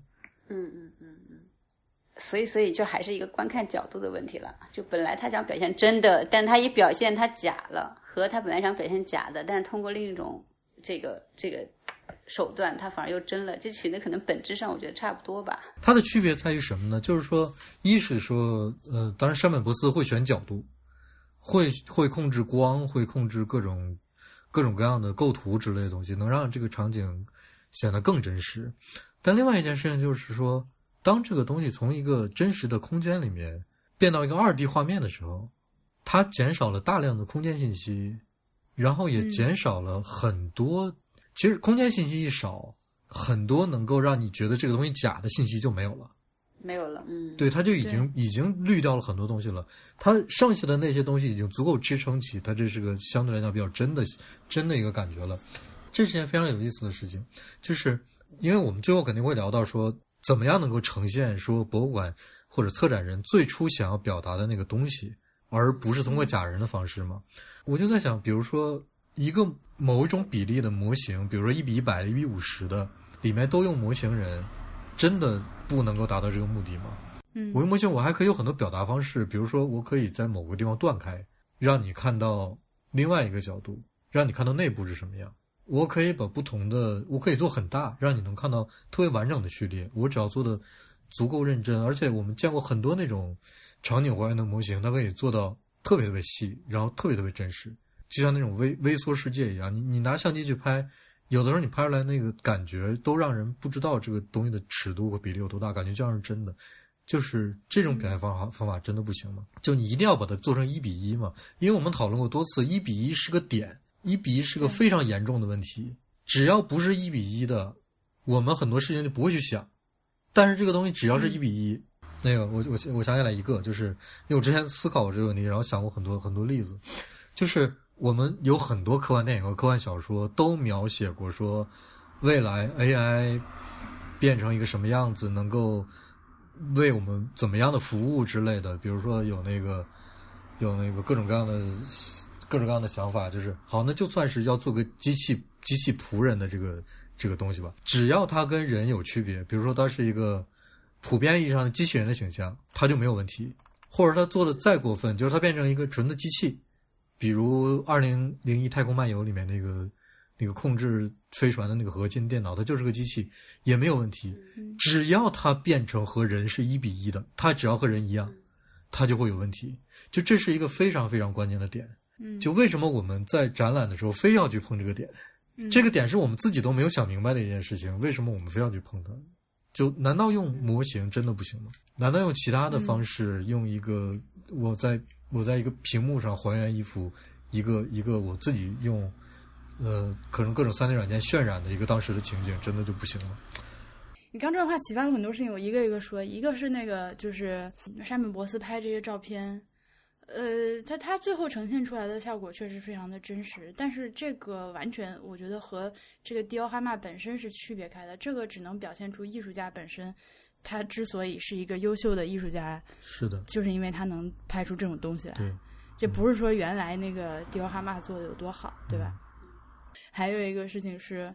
所以就还是一个观看角度的问题了。就本来他想表现真的，但是他一表现他假了，和他本来想表现假的，但是通过另一种这个手段，他反而又真了。这其实可能本质上我觉得差不多吧。
它的区别在于什么呢？就是说，一是说，当然山本博斯会选角度，会控制光，会控制各种各样的构图之类的东西，能让这个场景显得更真实。但另外一件事情就是说，当这个东西从一个真实的空间里面变到一个2D 画面的时候，它减少了大量的空间信息，然后也减少了很多，其实空间信息一少，很多能够让你觉得这个东西假的信息就没有了。对，它就已经滤掉了很多东西了，它剩下的那些东西已经足够支撑起它这是个相对来讲比较真的一个感觉了。这是件非常有意思的事情，就是因为我们最后肯定会聊到说怎么样能够呈现说博物馆或者策展人最初想要表达的那个东西，而不是通过假人的方式嘛。我就在想，比如说一个某一种比例的模型，比如说1:100、1:50的，里面都用模型人，真的不能够达到这个目的吗？我用模型我还可以有很多表达方式，比如说我可以在某个地方断开，让你看到另外一个角度，让你看到内部是什么样。我可以把我可以做很大，让你能看到特别完整的序列。我只要做的足够认真，而且我们见过很多那种场景还原的模型，它可以做到特别特别细，然后特别特别真实，就像那种微缩世界一样。你拿相机去拍，有的时候你拍出来那个感觉都让人不知道这个东西的尺度和比例有多大，感觉就像是真的。就是这种表现方法真的不行吗？就你一定要把它做成1:1嘛？因为我们讨论过多次，1:1是个点，1:1是个非常严重的问题。只要不是1:1的，我们很多事情就不会去想。但是这个东西只要是1:1，那个我想起来一个，就是因为我之前思考过这个问题，然后想过很多例子，就是我们有很多科幻电影和科幻小说都描写过说，未来 AI 变成一个什么样子，能够为我们怎么样的服务之类的。比如说有那个各种各样的想法，就是好，那就算是要做个机器仆人的这个东西吧，只要它跟人有区别，比如说它是一个普遍意义上的机器人的形象，它就没有问题。或者它做的再过分，就是它变成一个纯的机器，比如2001太空漫游里面那个控制飞船的那个合金电脑，它就是个机器，也没有问题。只要它变成和人是1:1的，它只要和人一样，它就会有问题。就这是一个非常非常关键的点。就为什么我们在展览的时候非要去碰这个点？这个点是我们自己都没有想明白的一件事情，为什么我们非要去碰它？就难道用模型真的不行吗？难道用其他的方式，用一个我在一个屏幕上还原一幅一个我自己用可能各种3D 软件渲染的一个当时的情景，真的就不行吗？
你刚这段话启发了很多事情，我一个一个说。一个是那个就是山本博斯拍这些照片，他最后呈现出来的效果确实非常的真实，但是这个完全我觉得和这个迪奥哈玛本身是区别开的。这个只能表现出艺术家本身，他之所以是一个优秀的艺术家，
是的，
就是因为他能拍出这种东西来。
对，
这不是说原来那个迪奥哈玛做的有多好，对吧？还有一个事情是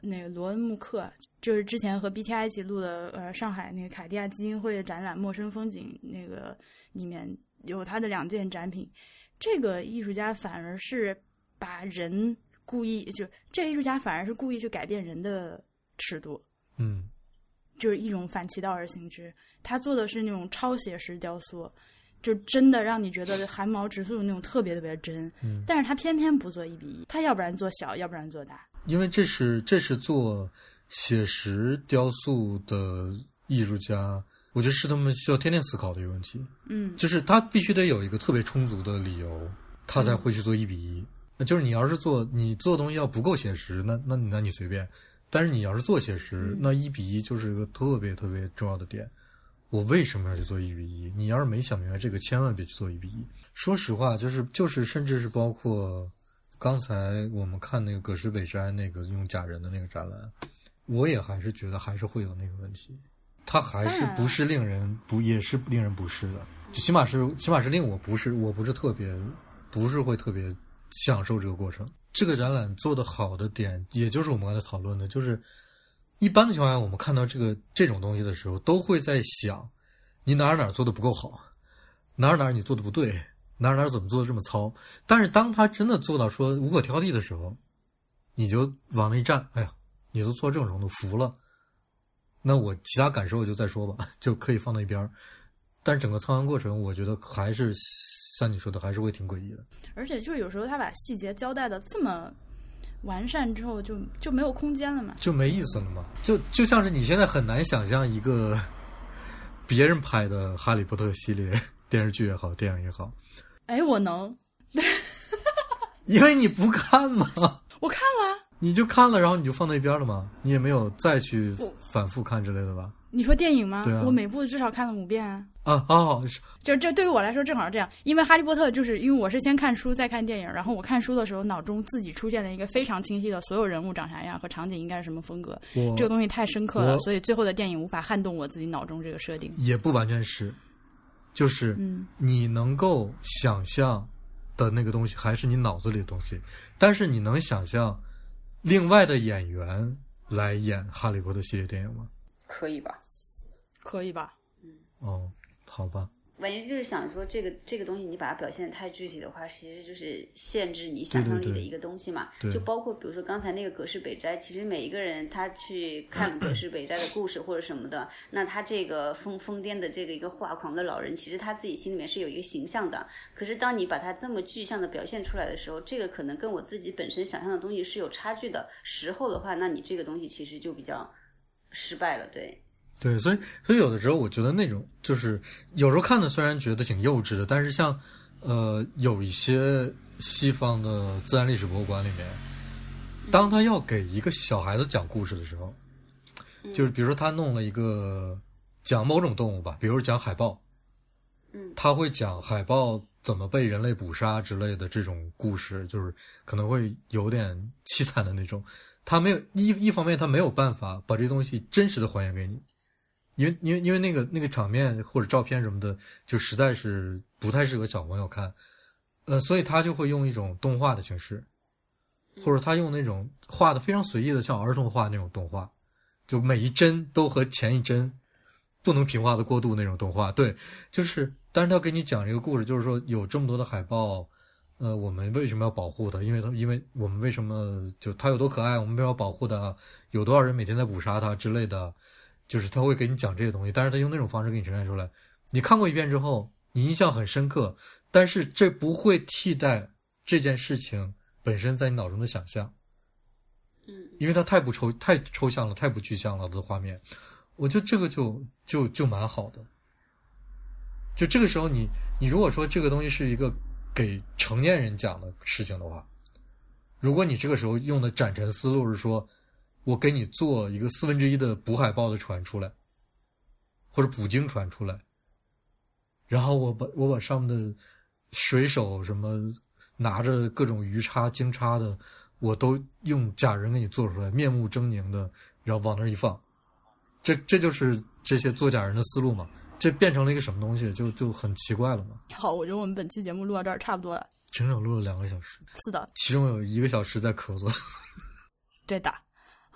那个罗恩穆克，就是之前和 BTI 一起录的上海那个凯迪亚基金会的展览《陌生风景》，那个里面有他的2件展品。这个艺术家反而是把人故意这个艺术家反而是故意去改变人的尺度，就是一种反其道而行之。他做的是那种超写实雕塑，就真的让你觉得汗毛直竖那种特别特别真，但是他偏偏不做1:1，他要不然做小，要不然做大。
因为这是做写实雕塑的艺术家，我觉得是他们需要天天思考的一个问题。就是他必须得有一个特别充足的理由，他才会去做1:1。就是你要是你做东西要不够写实，那你随便。但是你要是做写实，那1:1就是一个特别特别重要的点。我为什么要去做1:1？你要是没想明白这个，千万别去做1:1。说实话，就是甚至是包括刚才我们看那个葛饰北斋那个用假人的那个展览，我也还是觉得还是会有那个问题，它还是不是令人也是令人不适的，就起码是令我不是会特别享受这个过程。这个展览做得好的点，也就是我们刚才讨论的，就是一般的情况下，我们看到这种东西的时候，都会在想你哪做的不够好，哪你做的不对，哪怎么做的这么糙。但是当他真的做到说无可挑剔的时候，你就往那一站，哎呀，你都做这种程度，服了。那我其他感受就再说吧，就可以放到一边。但是整个参观过程，我觉得还是像你说的，还是会挺诡异的。
而且就有时候他把细节交代的这么完善之后，就没有空间了嘛，就
没意思了嘛。就像是你现在很难想象一个别人拍的《哈利波特》系列电视剧也好，电影也好。
哎，我能，
因为你不看嘛。
我看了，
你就看了，然后你就放在一边了吗？你也没有再去反复看之类的吧？
你说电影吗？
对啊，
我每部至少看了5遍啊。
就
这对于我来说正好是这样，因为《哈利波特》就是因为我是先看书再看电影，然后我看书的时候脑中自己出现了一个非常清晰的所有人物长啥样和场景应该是什么风格，这个东西太深刻了，所以最后的电影无法撼动我自己脑中这个设定。
也不完全是，就是你能够想象的那个东西还是你脑子里的东西，但是你能想象另外的演员来演《哈利波特》系列电影吗？
可以吧？
可以吧？
好吧。
反正就是想说，这个东西你把它表现得太具体的话，其实就是限制你想象力的一个东西嘛。
对，
就包括比如说刚才那个葛饰北斋，其实每一个人他去看葛饰北斋的故事或者什么的，那他这个疯癫的这个一个画狂的老人，其实他自己心里面是有一个形象的。可是当你把它这么具象的表现出来的时候，这个可能跟我自己本身想象的东西是有差距的时候的话，那你这个东西其实就比较失败了。
对，所以有的时候我觉得那种就是有时候看的虽然觉得挺幼稚的，但是像有一些西方的自然历史博物馆里面，当他要给一个小孩子讲故事的时候，就是比如说他弄了一个讲某种动物吧，比如讲海豹，他会讲海豹怎么被人类捕杀之类的这种故事，就是可能会有点凄惨的那种。他没有一方面他没有办法把这东西真实的还原给你。因为那个场面或者照片什么的，就实在是不太适合小朋友看，所以他就会用一种动画的形式，或者他用那种画的非常随意的，像儿童画那种动画，就每一帧都和前一帧不能平滑的过渡那种动画。对，就是，但是他给你讲这个故事，就是说有这么多的海豹，我们为什么要保护它？因为我们为什么就它有多可爱，我们为什么要保护它？有多少人每天在捕杀它之类的。就是他会给你讲这些东西，但是他用那种方式给你呈现出来。你看过一遍之后，你印象很深刻，但是这不会替代这件事情本身在你脑中的想象。因为它太抽象了，太不具象了的画面。我觉得这个就蛮好的。就这个时候你如果说这个东西是一个给成年人讲的事情的话，如果你这个时候用的展陈思路是说，我给你做一个1/4的捕海豹的船出来，或者捕鲸船出来，然后我把上面的水手什么拿着各种鱼叉鲸叉的，我都用假人给你做出来，面目狰狞的，然后往那儿一放，这就是这些做假人的思路嘛。这变成了一个什么东西，就很奇怪了嘛。
好，我觉得我们本期节目录到这儿差不多了，
整整录了2个小时。
是的，
其中有1个小时在咳嗽。
对的。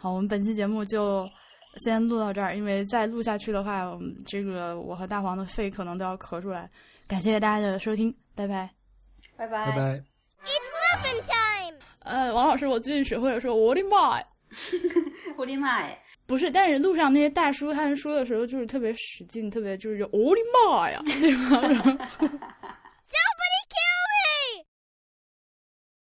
好，我们本期节目就先录到这儿，因为再录下去的话，我和大黄的肺可能都要咳出来。感谢大家的收听，拜拜，
拜拜，
拜拜。
It's muffin time。
王老师，我最近学会了说我的妈呀，
我的妈呀！
不是，但是路上那些大叔他们说的时候就是特别使劲，特别就是我的妈呀，对吧？